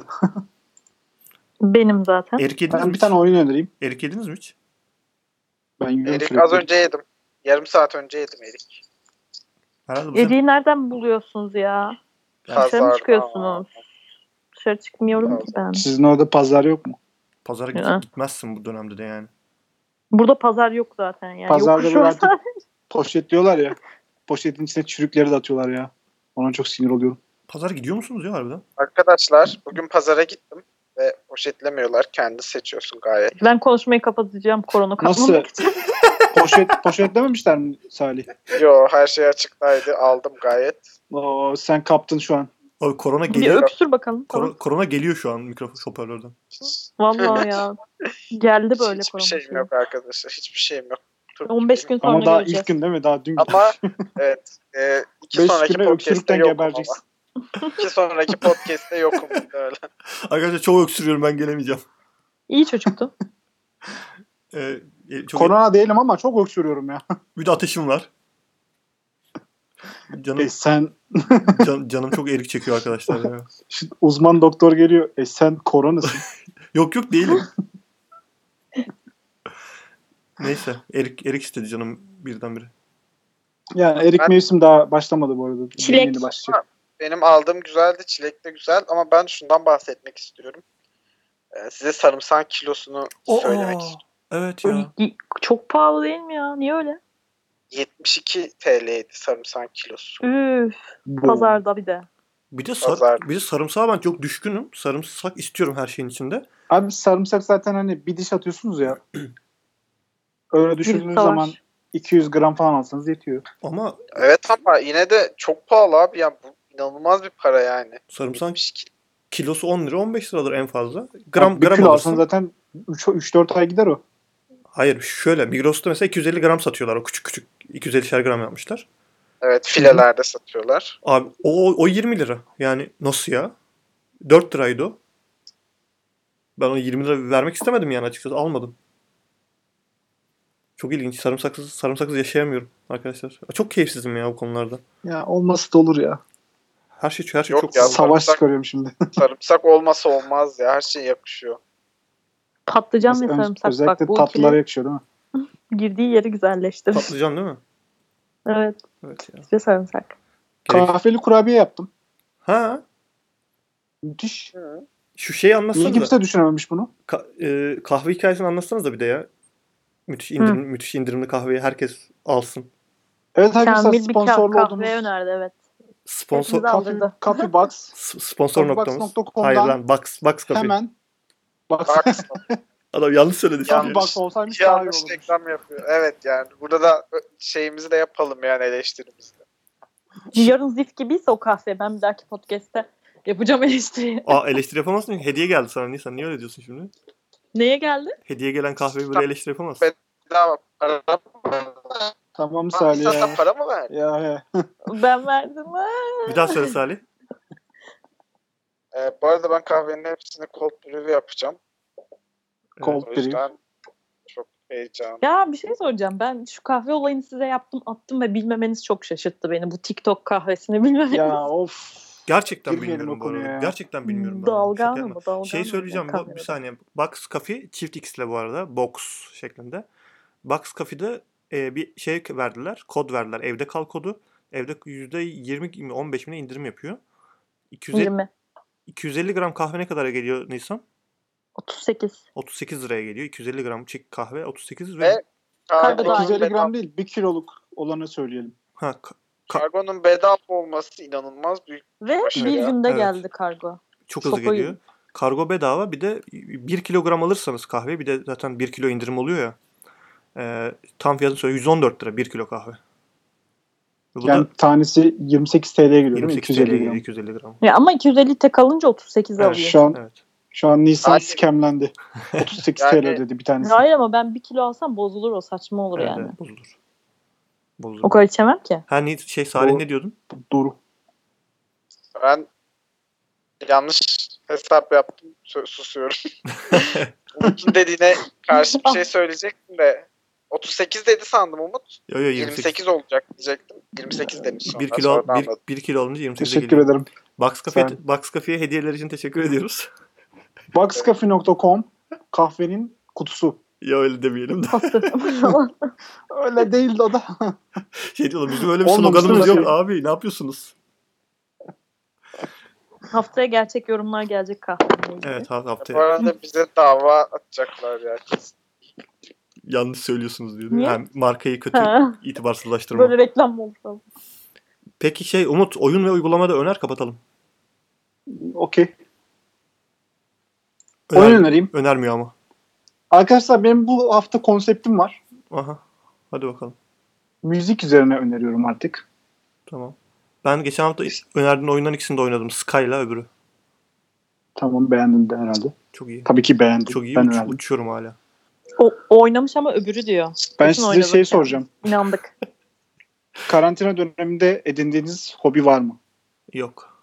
Benim zaten.
Erik yediniz mi
Ben bir
hiç?
tane oyun önereyim.
Erik yediniz mi hiç?
Ben yiyorum
Erik
sürekli.
az önce yedim. Yarım saat önce yedim Erik.
Herhalde bu sene-
Eriği nereden buluyorsunuz ya?
Yani
Dışarı mı
Pazarda.
çıkıyorsunuz? Dışarı çıkmıyorum ki ben.
Sizin orada pazar yok mu?
pazara git-
Ya.
gitmezsin bu dönemde de yani.
Burada pazar yok zaten yani.
Pazarda
Yokuş
böyle
var
artık poşetliyorlar ya. Poşetin içine çürükleri de atıyorlar ya. Ona çok sinir oluyorum.
Pazara gidiyor musunuz ya harbiden?
Arkadaşlar bugün pazara gittim ve poşetlemiyorlar. Kendi seçiyorsun gayet.
Ben konuşmayı kapatacağım korona
Nasıl?
kaplamak için.
Poşet poşetlememişler mi Salih?
Yo her şey açıktaydı. Aldım gayet.
Oo, sen kaptın şu an.
O korona
Bir
geliyor.
öksür bakalım. Tamam.
Kor- korona geliyor şu an mikrofon hoparlörden.
Vallahi ya. Geldi böyle
Hiçbir
korona.
şeyim
şeyi.
yok arkadaşlar. Hiçbir şeyim yok. Turp
on beş
gibiyim.
gün sonra
Ama daha
göreceğiz.
ilk gün değil mi? Daha dün
Ama
gitmiş.
evet. E, iki
beş
sonraki
güne
podcast'te
öksürükten
yokum
gebereceksin.
ama. İki sonraki podcast'te yokum. Öyle.
Arkadaşlar çok öksürüyorum, ben gelemeyeceğim.
İyi çocuktu.
Ee, e, çok
Korona değilim ama çok öksürüyorum ya.
bir de ateşim var. Canım
E sen
can- canım çok erik çekiyor arkadaşlar ya.
şimdi uzman doktor geliyor. E sen koronasın.
Yok yok değilim. Neyse, erik erik istedi canım birdenbire.
Yani erik
Ben-
mevsim daha başlamadı bu arada.
Çilek.
Yeni başlayacak.
Benim aldığım güzeldi. Çilek de güzel. Ama ben şundan bahsetmek istiyorum. E, size sarımsak kilosunu söylemek istiyorum.
Evet ya.
Çok pahalı değil mi ya? Niye öyle?
yetmiş iki T L'ydi sarımsak kilosu.
Üf.
Bu.
Pazarda bir de.
Bir de sar,
Pazar.
bir de sarımsağa ben çok düşkünüm. Sarımsak istiyorum her şeyin içinde.
Abi sarımsak zaten hani bir diş atıyorsunuz ya. Öyle düşündüğünüz
savaş.
zaman iki yüz gram falan alsanız yetiyor.
Ama
Evet ama yine de çok pahalı abi. Yani bu inanılmaz bir para yani.
sarımsak
yetmiş iki.
kilosu on lira on beş liradır en fazla. Gram
Abi bir
gram
kilo
alırsın.
alsan zaten üç dört ay gider o.
Hayır şöyle, Migros'ta mesela iki yüz elli gram satıyorlar. O küçük küçük iki yüz ellişer gram yapmışlar.
Evet filelerde satıyorlar.
Abi o, o yirmi lira. Yani nasıl ya? dört liraydı o. Ben onu yirmi lira vermek istemedim yani, açıkçası almadım. Çok ilginç. Sarımsaksız sarımsaksız yaşayamıyorum arkadaşlar. Çok keyifsizim ya bu konularda.
Ya olması da olur ya.
Her şey her şey
Yok
çok
ya,
pahalı.
Savaş
sarımsak-
çıkarıyorum şimdi.
Sarımsak olmasa olmaz ya. Her şey yakışıyor.
Patlıcan ve
Öz-
sarımsak
Özellikle
bak bu
tatlılara
ikili
yakışıyor değil mi?
girdiği yeri güzelleştirir.
Patlıcan değil mi?
Evet.
Evet ya.
İşte sarımsak.
Gerek-
Kahveli kurabiye yaptım.
Ha,
Müthiş.
Hı.
şu şeyi
Niye
anlatsanıza.
kimse düşünememiş bunu?
Ka- e, kahve hikayesini anlatsanıza bir de ya. Müthiş indirim, müthiş indirimli kahveyi herkes alsın.
Evet arkadaşlar
Kamil bir
sponsorlu
kahve
olduğumuz
önerdi evet.
Sponsor
Hepimiz al-
Coffee,
aldırdı.
Coffee Box
s- sponsor
coffeebox
noktamız.
nokta com'dan
Hayır lan, Box Box Coffee.
hemen Box.
Bak
Adam yanlış söyledi şimdi.
Coffee Box olsaymış daha iyi
yanlış
olurmuş.
reklam yapıyor. Evet yani. Burada da şeyimizi de yapalım yani eleştirimizi de.
Yarın zif gibiyse o kahve ben bir dahaki podcast'te yapacağım eleştiriyi.
Aa, eleştiri yapamazsın. Hediye geldi sana. Niye sen niye öyle diyorsun şimdi?
Neye geldi?
Hediye gelen kahveyi böyle eleştiri yapamaz.
Bedava para mı?
Tamam
Abi
Salih
sen
ya.
para mı ver?
Ya he.
Ben verdim.
Bir daha söyle Salih.
Ee, bu arada ben kahvenin hepsini cold brew yapacağım.
Cold
O
brew.
yüzden çok heyecanlı.
Ya bir şey soracağım. Ben şu kahve olayını size yaptım attım ve bilmemeniz çok şaşırttı beni. Bu TikTok kahvesini bilmemeniz.
Ya of.
Gerçekten
Girmeyelim
bilmiyorum
o
bu arada.
konuya ya.
Gerçekten bilmiyorum ben.
Dalgana
Şaka
mı?
yapma.
Dalgana
Şey
mı?
söyleyeceğim bu, bir
Kahvede.
saniye. Box Coffee çift X ile bu arada. Box şeklinde. Box Coffee'de e, bir şey verdiler. Kod verdiler. Evde kal kodu. Evde yüzde yirmi mi on beş mi ne indirim yapıyor. iki yüz elli,
yirmi.
iki yüz elli gram kahve ne kadara geliyor Nisan?
otuz sekiz.
otuz sekiz liraya geliyor. iki yüz elli gram çek kahve otuz sekiz ve
Ve
Kargo
kargonun,
dahil.
iki yüz elli
bedava,
gram değil. bir kiloluk olanı söyleyelim.
ha, ka-
kargonun bedava olması inanılmaz büyük.
Ve
Başarı
bir
ya.
günde
Evet.
geldi kargo.
çok hızlı
Şoka
geliyor. Kargo bedava. Bir de bir kilogram alırsanız kahve, bir de zaten bir kilo indirim oluyor ya. E, tam fiyatını söyle yüz on dört lira bir kilo kahve. Ve bu
Yani
da
tanesi yirmi sekiz T L'ye geliyor değil mi?
yirmi sekiz
iki yüz
TL
elli
geliyor,
gram.
iki yüz elli gram.
Ya ama iki yüz elli tek alınca otuz sekiz
Evet,
alıyor.
Şu an
Evet.
şu an Nisan
Yani-
skemlendi. otuz sekiz
Yani-
T L ödedi bir tanesi.
Hayır ama ben bir kilo alsam bozulur o. Saçma olur
Evet,
yani.
evet, bozulur. Bozulur.
O kadar içemem ki.
Ha, ne, şey Salih
O-
ne diyordun?
Doğru.
Ben yanlış hesap yaptım. Sö- susuyorum. Umut'un dediğine karşı bir şey söyleyecektim de otuz sekiz dedi sandım Umut.
Yo, yo,
yirmi sekiz olacak diyecektim. yirmi sekiz demiş sonra.
bir kilo
Sonra
bir,
anladım.
bir kilo alınca yirmi sekize
Teşekkür
geliyor.
ederim.
Box Coffee,
Sen-
Box Coffee'ye hediyeler için teşekkür ediyoruz.
boxcafe nokta com kahvenin kutusu.
Ya öyle demeyelim de.
Öyle değildi o da.
Şey diyorlar, bizim öyle bir
Olmamıştır
sloganımız yok
zaten.
abi, ne yapıyorsunuz?
Haftaya gerçek yorumlar gelecek kahveyle ilgili.
Evet, ha-
Bu
haftaya
arada bize dava atacaklar ya.
yanlış söylüyorsunuz diyor.
Niye?
Yani markayı kötü
Ha.
itibarsızlaştırma.
Böyle reklam mı olur?
Peki şey Umut, oyun ve uygulamada öner, kapatalım.
Okey.
Öner-
Oyun önereyim.
Önermiyor ama.
Arkadaşlar benim bu hafta konseptim var.
Aha. Hadi bakalım.
Müzik üzerine öneriyorum artık.
Tamam. Ben geçen hafta önerdiğin oyundan ikisini de oynadım. Sky'la öbürü.
Tamam, beğendin de herhalde.
Çok iyi.
Tabii ki beğendim.
Çok iyi.
Ben
Uç-
önerdim.
uçuyorum hala.
O, o oynamış ama öbürü diyor.
Ben
Kesin
size
oynadık
şey
yani.
soracağım.
İnandık.
Karantina döneminde edindiğiniz hobi var mı?
Yok.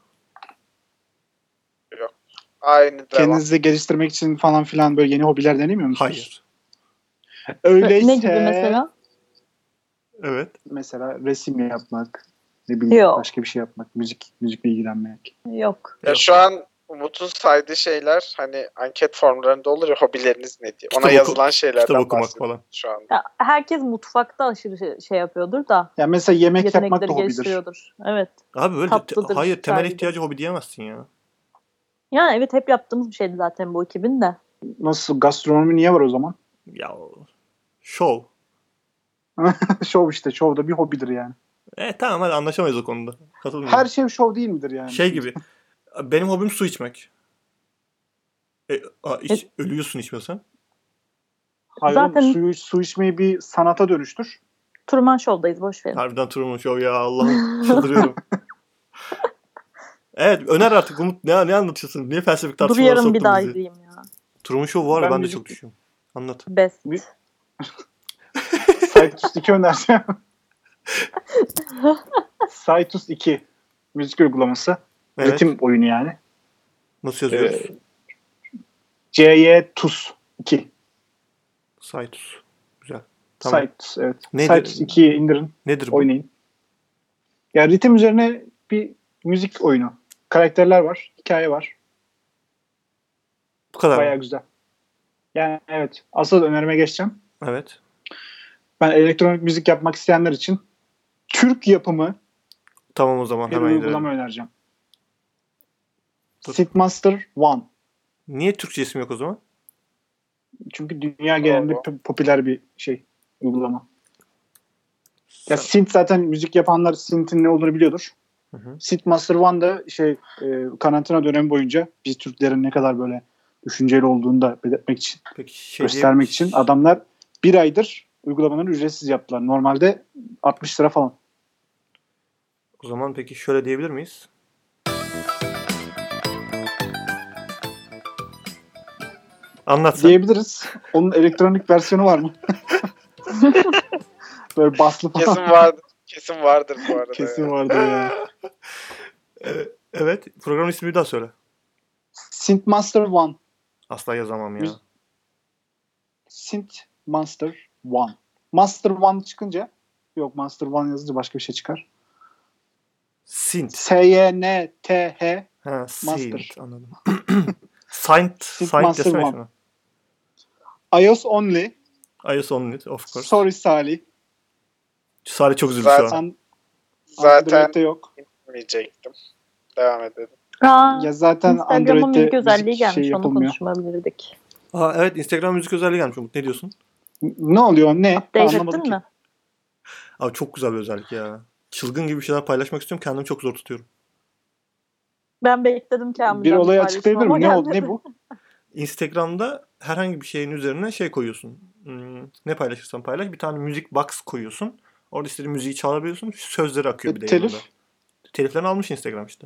Aynı devam.
Kendinizi geliştirmek için falan filan böyle yeni hobiler denemiyor musunuz?
Hayır.
Öyleyse
Ne gibi mesela?
Evet.
mesela resim yapmak, ne bileyim
Yok.
başka bir şey yapmak, müzik müzikle ilgilenmek.
Yok.
Ya şu an Umut'un saydığı şeyler hani anket formlarında olur ya, hobileriniz ne diye. Ona
Kitap oku-
yazılan şeylerden
Kitap okumak
bahsediyorum
falan.
şu an.
Ya, herkes mutfakta aşırı şey, şey yapıyordur da.
Yani mesela yemek yapmak da
Yetenekleri
hobidir.
geliştiriyordur. Evet.
Abi böyle
Tatlıdır,
te- hayır, temel
güzeldir.
ihtiyacı hobi diyemezsin ya.
Yani evet, hep yaptığımız bir şeydi zaten bu ekibin de.
Nasıl, gastronomi niye var o zaman?
Ya show.
Şov işte, şov da bir hobidir yani.
E tamam, hadi anlaşamayız o konuda. Katılmıyorum.
Her şey şov değil midir yani?
Şey gibi. Benim hobim su içmek. E, a, iç- ölüyorsun içmesen.
Hayır,
Zaten-
oğlum, suyu, su içmeyi bir sanata dönüştür.
Turman Show'dayız, boş verin.
Harbiden Truman Show ya, Allah'ım çıldırıyorum. Evet, öner artık Umut, ne, ne anlatıyorsun? Niye felsefik
Dur
tartışmalara
yarın
soktun
bir daha
bizi?
izleyeyim ya.
Truman Show var ya,
Ben
ben, de
müzik-
çok düşüyorum. Anlat.
Best.
Bir- Cytus iki önereceğim. Cytus iki müzik uygulaması.
Evet.
Ritim oyunu yani.
Nasıl yazıyoruz?
Ee, C Y T U S iki.
Cytus. Güzel. Tamam.
Cytus, evet.
Nedir?
Cytus ikiyi indirin,
Nedir bu?
oynayın. Ya ritim üzerine bir müzik oyunu. Karakterler var, hikaye var.
Bu kadar
Bayağı
mı?
güzel. Yani evet. Asıl önerime geçeceğim.
Evet.
Ben elektronik müzik yapmak isteyenler için Türk yapımı
Tamam, o zaman
bir
hemen
uygulama
indirelim.
önereceğim.
Dur.
Seedmaster One.
Niye Türkçe isim yok o zaman?
Çünkü dünya genelinde
Bravo.
p- popüler bir şey, uygulama. Ya
Sen-
synth, zaten müzik yapanlar synth'in ne olduğunu biliyordur.
Hı hı.
Seedmaster One da şey e, karantina dönemi boyunca biz Türklerin ne kadar böyle düşünceli olduğunu da belirtmek için,
Peki şey
göstermek
diye-
için adamlar bir aydır uygulamaları ücretsiz yaptılar. Normalde altmış lira falan.
O zaman peki şöyle diyebilir miyiz? Anlat sen.
Diyebiliriz. Onun elektronik versiyonu var mı? Böyle baslı falan.
Kesin vardır. Kesin vardır bu arada.
Kesin
ya.
vardır ya.
Evet, evet. Programın ismini bir daha söyle.
Synth Master One.
Asla yazamam ya.
Müz- Synth Master One. Master One çıkınca yok Master One yazınca başka bir şey çıkar.
Synth.
S Y N T H
Ha,
Master.
Synth. Anladım. Synth. Synth
Master
desene
One.
şuna.
iOS only.
iOS only, of course.
Sorry Salih.
Salih çok üzüldü
Zaten-
şu an.
An-
Zaten
Android'de yok.
bilmeyecektim. Devam edelim.
Aa,
Ya zaten
Instagram'a
Android'de
müzik özelliği
müzik
gelmiş.
şey
Onu
yapılmıyor.
konuşabilirdik.
Aa, evet, Instagram müzik özelliği gelmiş Umut. Ne diyorsun?
Ne oluyor? Ne?
Update
Anlamadım
ettin
ki.
mi?
Abi çok güzel bir özellik ya. Çılgın gibi bir şeyler paylaşmak istiyorum. Kendimi çok zor tutuyorum.
Ben bekledim Kamil'den
Bir olayı
paylaşım
açıklayabilir
ama
miyim? Ne oldu?
gelmedi.
Ne bu?
Instagram'da herhangi bir şeyin üzerine şey koyuyorsun. Hmm, ne paylaşırsan paylaş. Bir tane müzik box koyuyorsun. Orada istediğin müziği çalabiliyorsun. Sözleri akıyor
E,
bir de
telif?
yanında. Teliflerini almış Instagram işte.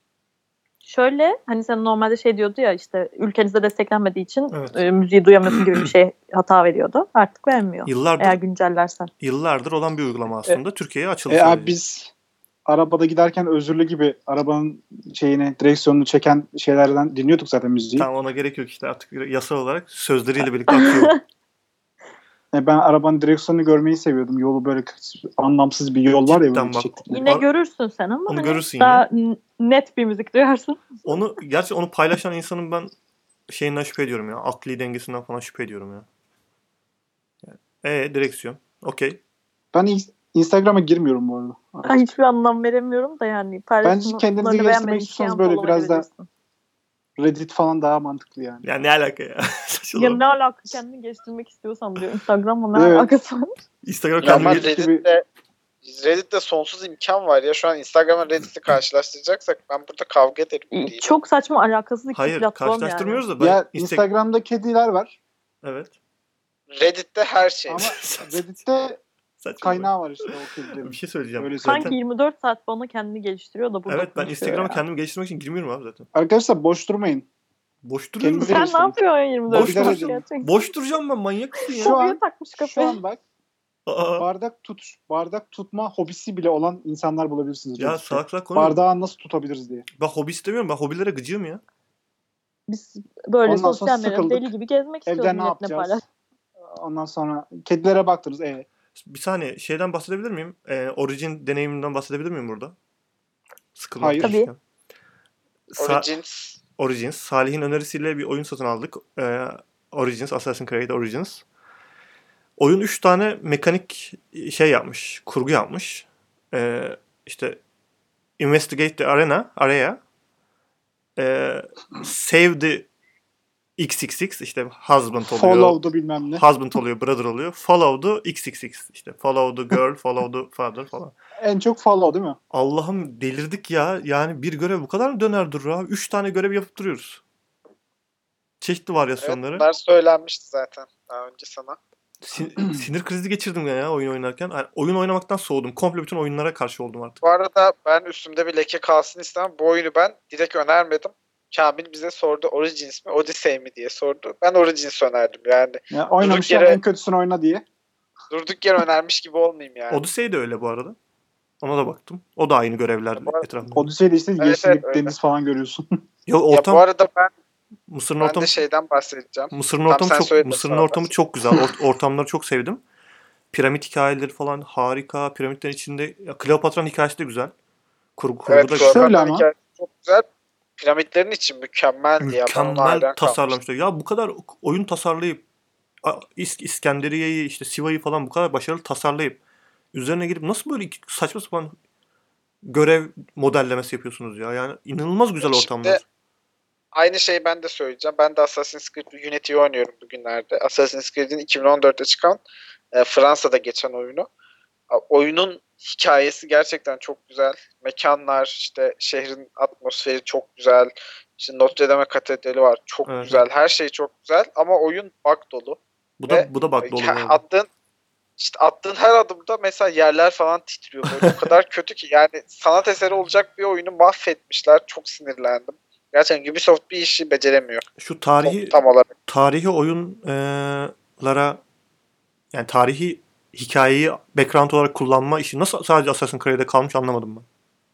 Şöyle hani sen normalde şey diyordu ya işte ülkenizde desteklenmediği için
Evet.
e, müziği duyamıyorsun gibi bir şey hata veriyordu. Artık vermiyor.
Yıllardır
Eğer güncellersen.
yıllardır olan bir uygulama aslında. Türkiye'ye açıldı
E
sadece.
abi biz arabada giderken özürlü gibi arabanın şeyini, direksiyonunu çeken şeylerden dinliyorduk zaten müziği.
Tamam, ona gerek yok işte, artık yasal olarak sözleriyle birlikte akıyor.
E ben arabanın direksiyonunu görmeyi seviyordum. Yolu böyle anlamsız bir yol var ya
Cidden
böyle
bak.
gidecektik.
Yine
Var-
görürsün sen ama
Onu
hani
görürsün
daha n- net bir müzik duyarsın.
Onu gerçi onu paylaşan insanın ben şeyinden şüphe ediyorum ya. Akli dengesinden falan şüphe ediyorum ya. Yani, e direksiyon. Okey.
Ben in- Instagram'a girmiyorum bu arada.
Ben hiçbir anlam veremiyorum da yani paylaşımlarını
kendinizi geliştirmek
beğenmeyen
istiyorsanız
kişiye
böyle
unfollow
biraz da-
edebilirsin.
Reddit falan daha mantıklı yani.
Ya ne alaka ya?
Ya
Saçmalama.
ne alaka kendini geliştirmek istiyorsan diyor. Instagram'la ne
Evet.
alakası var?
Instagram
Ya ama
kendimi...
Reddit gibi-
Reddit'te Reddit'te sonsuz imkan var ya. Şu an Instagram'la Reddit'i karşılaştıracaksak ben burada kavga ederim. biriyle.
Çok saçma alakasız iki
Hayır,
platform
karşılaştırmıyoruz
yani.
da ben
Ya
Insta-
Instagram'da kediler var
Evet.
Reddit'te her şey.
ama Reddit'te
Saçma.
kaynağı var işte o kedilerin.
Bir şey söyleyeceğim.
Öyle
Zaten-
Sanki yirmi dört saat bana kendini geliştiriyor da burada
Evet, ben
konuşuyor
Instagram'a
ya.
kendimi geliştirmek için girmiyorum abi zaten.
Arkadaşlar boş durmayın.
Boş duruyorum.
Kendinize
ya.
Sen ne yapıyorsun yirmi dört
Boş
saat
duracağım.
gerçekten?
Boş duracağım ben, manyak mısın ya?
Şu an-
Fobiye takmış
Şu
kafayı.
an bak
Aa,
bardak tut bardak tutma hobisi bile olan insanlar bulabilirsiniz.
ya
Reddit'te.
salak salak konuşma.
Bardağı nasıl tutabiliriz diye.
Ben hobi istemiyorum. Ben hobilere gıcığım ya.
Biz böyle
Ondan sonra
sosyal medyada
sıkıldık.
deli gibi gezmek istiyoruz
Evde ne
milletle
yapacağız?
paylaş.
Ondan sonra kedilere baktınız. E,
Bir saniye şeyden bahsedebilir miyim? Ee, Origin deneyimimden bahsedebilir miyim burada? Sıkılmak
Hayır.
demişken. Sa-
Origins.
Origins. Salih'in önerisiyle bir oyun satın aldık. Ee, Origins, Assassin's Creed Origins. Oyun üç tane mekanik şey yapmış, kurgu yapmış. Ee, işte Investigate the Arena, Area. Ee, Save the X X X, işte husband oluyor.
follow'du bilmem ne.
Husband oluyor, brother oluyor. Follow the X X X, işte follow the girl, follow the father falan.
En çok follow değil mi?
Allah'ım delirdik ya. Yani bir görev bu kadar mı döner durur abi? Üç tane görev yapıp duruyoruz. Çeşitli
Evet,
varyasyonları.
bunlar söylenmişti zaten daha önce sana.
Sin- sinir krizi geçirdim ya, ya oyun oynarken. Yani oyun oynamaktan soğudum. Komple bütün oyunlara karşı oldum artık.
Bu arada ben üstümde bir leke kalsın istemem. Bu oyunu ben direkt önermedim. Kamil bize sordu Origins mi Odyssey mi diye sordu. Ben Origins önerdim yani.
Ya oynamışken
yere-
en kötüsünü oyna diye.
Durduk yere önermiş gibi olmayayım yani.
Odyssey de öyle bu arada. Ona da baktım. O da aynı görevler
Bu arada-
etrafında.
Odyssey'de işte
Evet,
yeşillik,
evet, öyle.
deniz falan görüyorsun.
Ya
Ya
ortam,
bu arada ben,
Mısır'ın
ben
ortamı,
de şeyden bahsedeceğim.
Mısır'ın
Tam
ortamı
sen
çok
söyle de
Mısır'ın
sonra
ortamı
bahsedeyim.
çok güzel. Or- ortamları çok sevdim. Piramit hikayeleri falan harika. Piramitlerin içinde ya, Kleopatra'nın hikayesi de güzel. Kurgu kurgu
Evet,
da güzel.
Şöyle
Kleopatra'nın
ama-
hikayesi çok güzel. Piramitlerin için mükemmeldi ya. Ben ona
Mükemmel
hayran
tasarlamışlar. Ya bu kadar oyun tasarlayıp a- İsk- İskenderiye'yi, işte Siva'yı falan bu kadar başarılı tasarlayıp üzerine gelip nasıl böyle iki- saçma sapan görev modellemesi yapıyorsunuz ya? Yani inanılmaz güzel
Şimdi-
ortamlar.
Aynı şeyi ben de söyleyeceğim. Ben de Assassin's Creed Unity'yi oynuyorum bugünlerde. Assassin's Creed'in iki bin on dörtte çıkan e, Fransa'da geçen oyunu. A, Oyunun hikayesi gerçekten çok güzel. Mekanlar, işte şehrin atmosferi çok güzel. İşte Notre Dame Katedrali var. Çok
Evet,
güzel. Her şey çok güzel ama oyun bug dolu.
Bu da
Ve-
bu da bak dolu. bu arada.
Attığın işte attığın her adımda mesela yerler falan titriyor. Böyle o kadar kötü ki yani sanat eseri olacak bir oyunu mahvetmişler. Çok sinirlendim. Gerçekten Ubisoft bir işi beceremiyor.
Şu tarihi
Tam olarak.
tarihi oyunlara yani tarihi hikayeyi background olarak kullanma işi nasıl sadece Assassin's Creed'de kalmış anlamadım ben.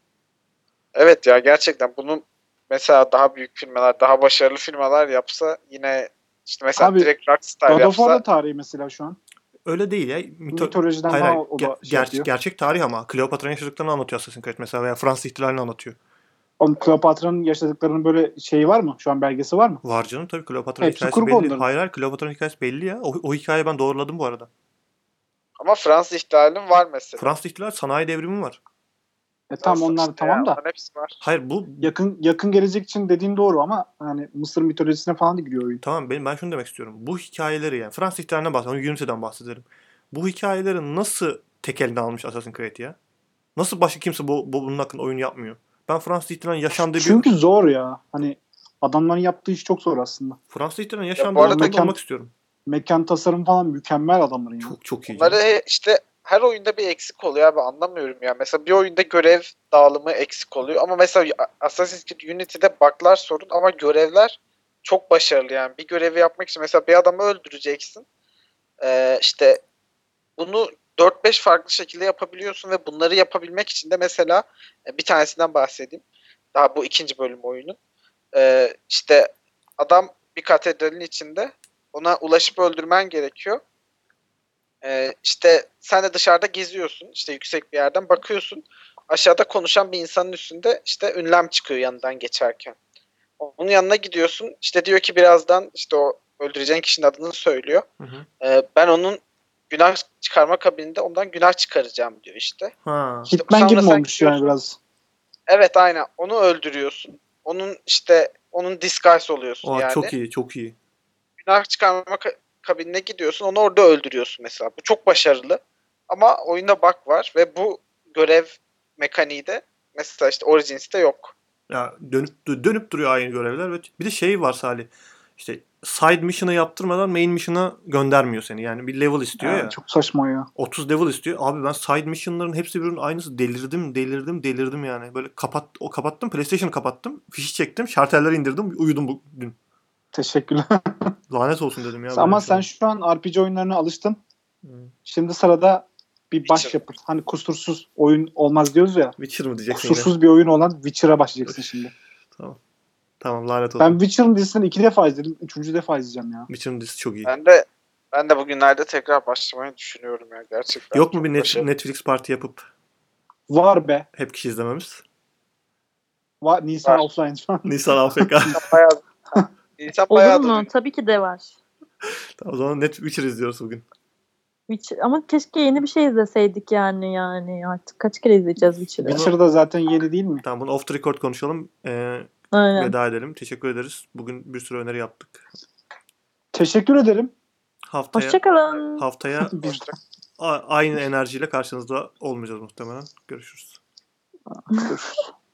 Evet ya gerçekten bunu mesela daha büyük firmalar, daha başarılı firmalar yapsa yine işte mesela
Abi,
direkt Rockstar
God of War'da
yapsa
tarihi mesela şu an.
Öyle değil ya. Mito-
Mitolojiden
hayır,
daha
hayır.
o da
Ger-
şey
ger-
yapıyor.
gerçek tarih ama Kleopatra'nın yaşadıklarını anlatıyor Assassin's Creed mesela veya Fransız ihtilalini anlatıyor.
Onun Kleopatra'nın yaşadıklarının böyle şeyi var mı? Şu an belgesi var mı?
Var canım tabii Kleopatra'nın
Hepsi
hikayesi
kurgu
belli.
onların.
Hayır hayır Kleopatra'nın hikayesi belli ya. O, o hikayeyi ben doğruladım bu arada.
ama Fransız ihtilalinin var mesela.
Fransız ihtilal sanayi devrimi var.
E tam
Olsun
onlar
işte
tamam
ya,
da.
onların hepsi var.
Hayır bu
Yakın yakın gelecek için dediğin doğru ama hani Mısır mitolojisine falan da giriyor oyun.
tamam benim ben şunu demek istiyorum. Bu hikayeleri yani Fransız ihtilalinden bahsediyorum. Unity'den bahsedelim. Bu hikayeleri nasıl tek eline almış Assassin's Creed ya? Nasıl başka kimse bu, bu bunun hakkında oyun yapmıyor? Ben Fransız ihtilalinin yaşandığı bir
Çünkü zor ya. Hani adamların yaptığı iş çok zor aslında.
Fransız ihtilalinin
Ya
yaşandığı
bu arada
ortamda
mekan-
olmak istiyorum.
Mekan tasarım falan mükemmel adamların ya.
Çok çok iyi.
Bunları
canım.
he- işte her oyunda bir eksik oluyor abi anlamıyorum ya. Mesela bir oyunda görev dağılımı eksik oluyor ama mesela Assassin's Creed Unity'de bug'lar sorun ama görevler çok başarılı yani. Bir görevi yapmak için mesela bir adamı öldüreceksin. Ee, işte bunu dört beş farklı şekilde yapabiliyorsun ve bunları yapabilmek için de mesela e, bir tanesinden bahsedeyim. Daha bu ikinci bölüm oyunun. Ee, işte adam bir katedralin içinde ona ulaşıp öldürmen gerekiyor. Ee, işte sen de dışarıda geziyorsun. İşte yüksek bir yerden bakıyorsun. Aşağıda konuşan bir insanın üstünde işte ünlem çıkıyor yanından geçerken. Onun yanına gidiyorsun. İşte diyor ki birazdan işte o öldüreceğin kişinin adını söylüyor.
Hı hı.
Ee, ben onun günah çıkarma kabininde ondan günah çıkaracağım diyor işte.
Ha.
İşte
Hitman
sonra
gibi mi
sen
olmuş yani
gidiyorsun.
biraz?
Evet aynen. Onu öldürüyorsun. Onun işte onun disguise oluyorsun
O
yani.
çok iyi, çok iyi.
Günah çıkarma ka- kabinine gidiyorsun. Onu orada öldürüyorsun mesela. Bu çok başarılı. Ama oyunda bug var ve bu görev mekaniği de mesela işte Origins'te yok.
Ya dönüp dönüp duruyor aynı görevler ve bir de şey var Salih. İşte side mission'ı yaptırmadan main mission'a göndermiyor seni. Yani bir level istiyor
Ya,
ya.
çok saçma ya.
otuz level istiyor. Abi ben side mission'ların hepsi birbirinin aynısı. Delirdim, delirdim, delirdim yani. Böyle kapat o kapattım. PlayStation'ı kapattım. Fişi çektim. Şartelleri indirdim. Uyudum bugün.
Teşekkürler.
Lanet olsun dedim ya. böyle
Ama
bir şey
sen
oldu.
şu an R P G oyunlarına alıştın.
Hmm.
Şimdi sırada bir baş
Witcher.
yapıt. Hani kusursuz oyun olmaz diyoruz ya.
Witcher mı diyeceksin yine?
Kusursuz bir oyun olan Witcher'a başlayacaksın şimdi.
Tamam. Tamam lanet olsun.
Ben Witcher'ın dizisini iki defa izledim. Üçüncü defa izleyeceğim ya.
Witcher'ın dizisi çok iyi.
Ben de ben de bugünlerde tekrar başlamayı düşünüyorum ya gerçekten.
Yok mu
çok
bir net,
başarılı.
Netflix parti yapıp
Var be.
hep kişi izlememiz?
Var. Nisan
Var.
offline şu an.
Nisan A F K.
İnsan bayağı, insan
Olur
bayağı
mu? Tabii ki de var.
Tamam, o zaman net Witcher izliyoruz bugün.
Witcher. Ama keşke yeni bir şey izleseydik yani yani artık kaç kere izleyeceğiz Witcher'ı?
Bunu-
Witcher da zaten yeni değil mi?
Tamam bunu off the record konuşalım. Ee,
Aynen.
veda edelim. Teşekkür ederiz. Bugün bir sürü öneri yaptık.
Teşekkür ederim.
Haftaya
Hoşçakalın.
haftaya
Biz
a- aynı enerjiyle karşınızda olmayacağız muhtemelen. Görüşürüz.
görüşürüz.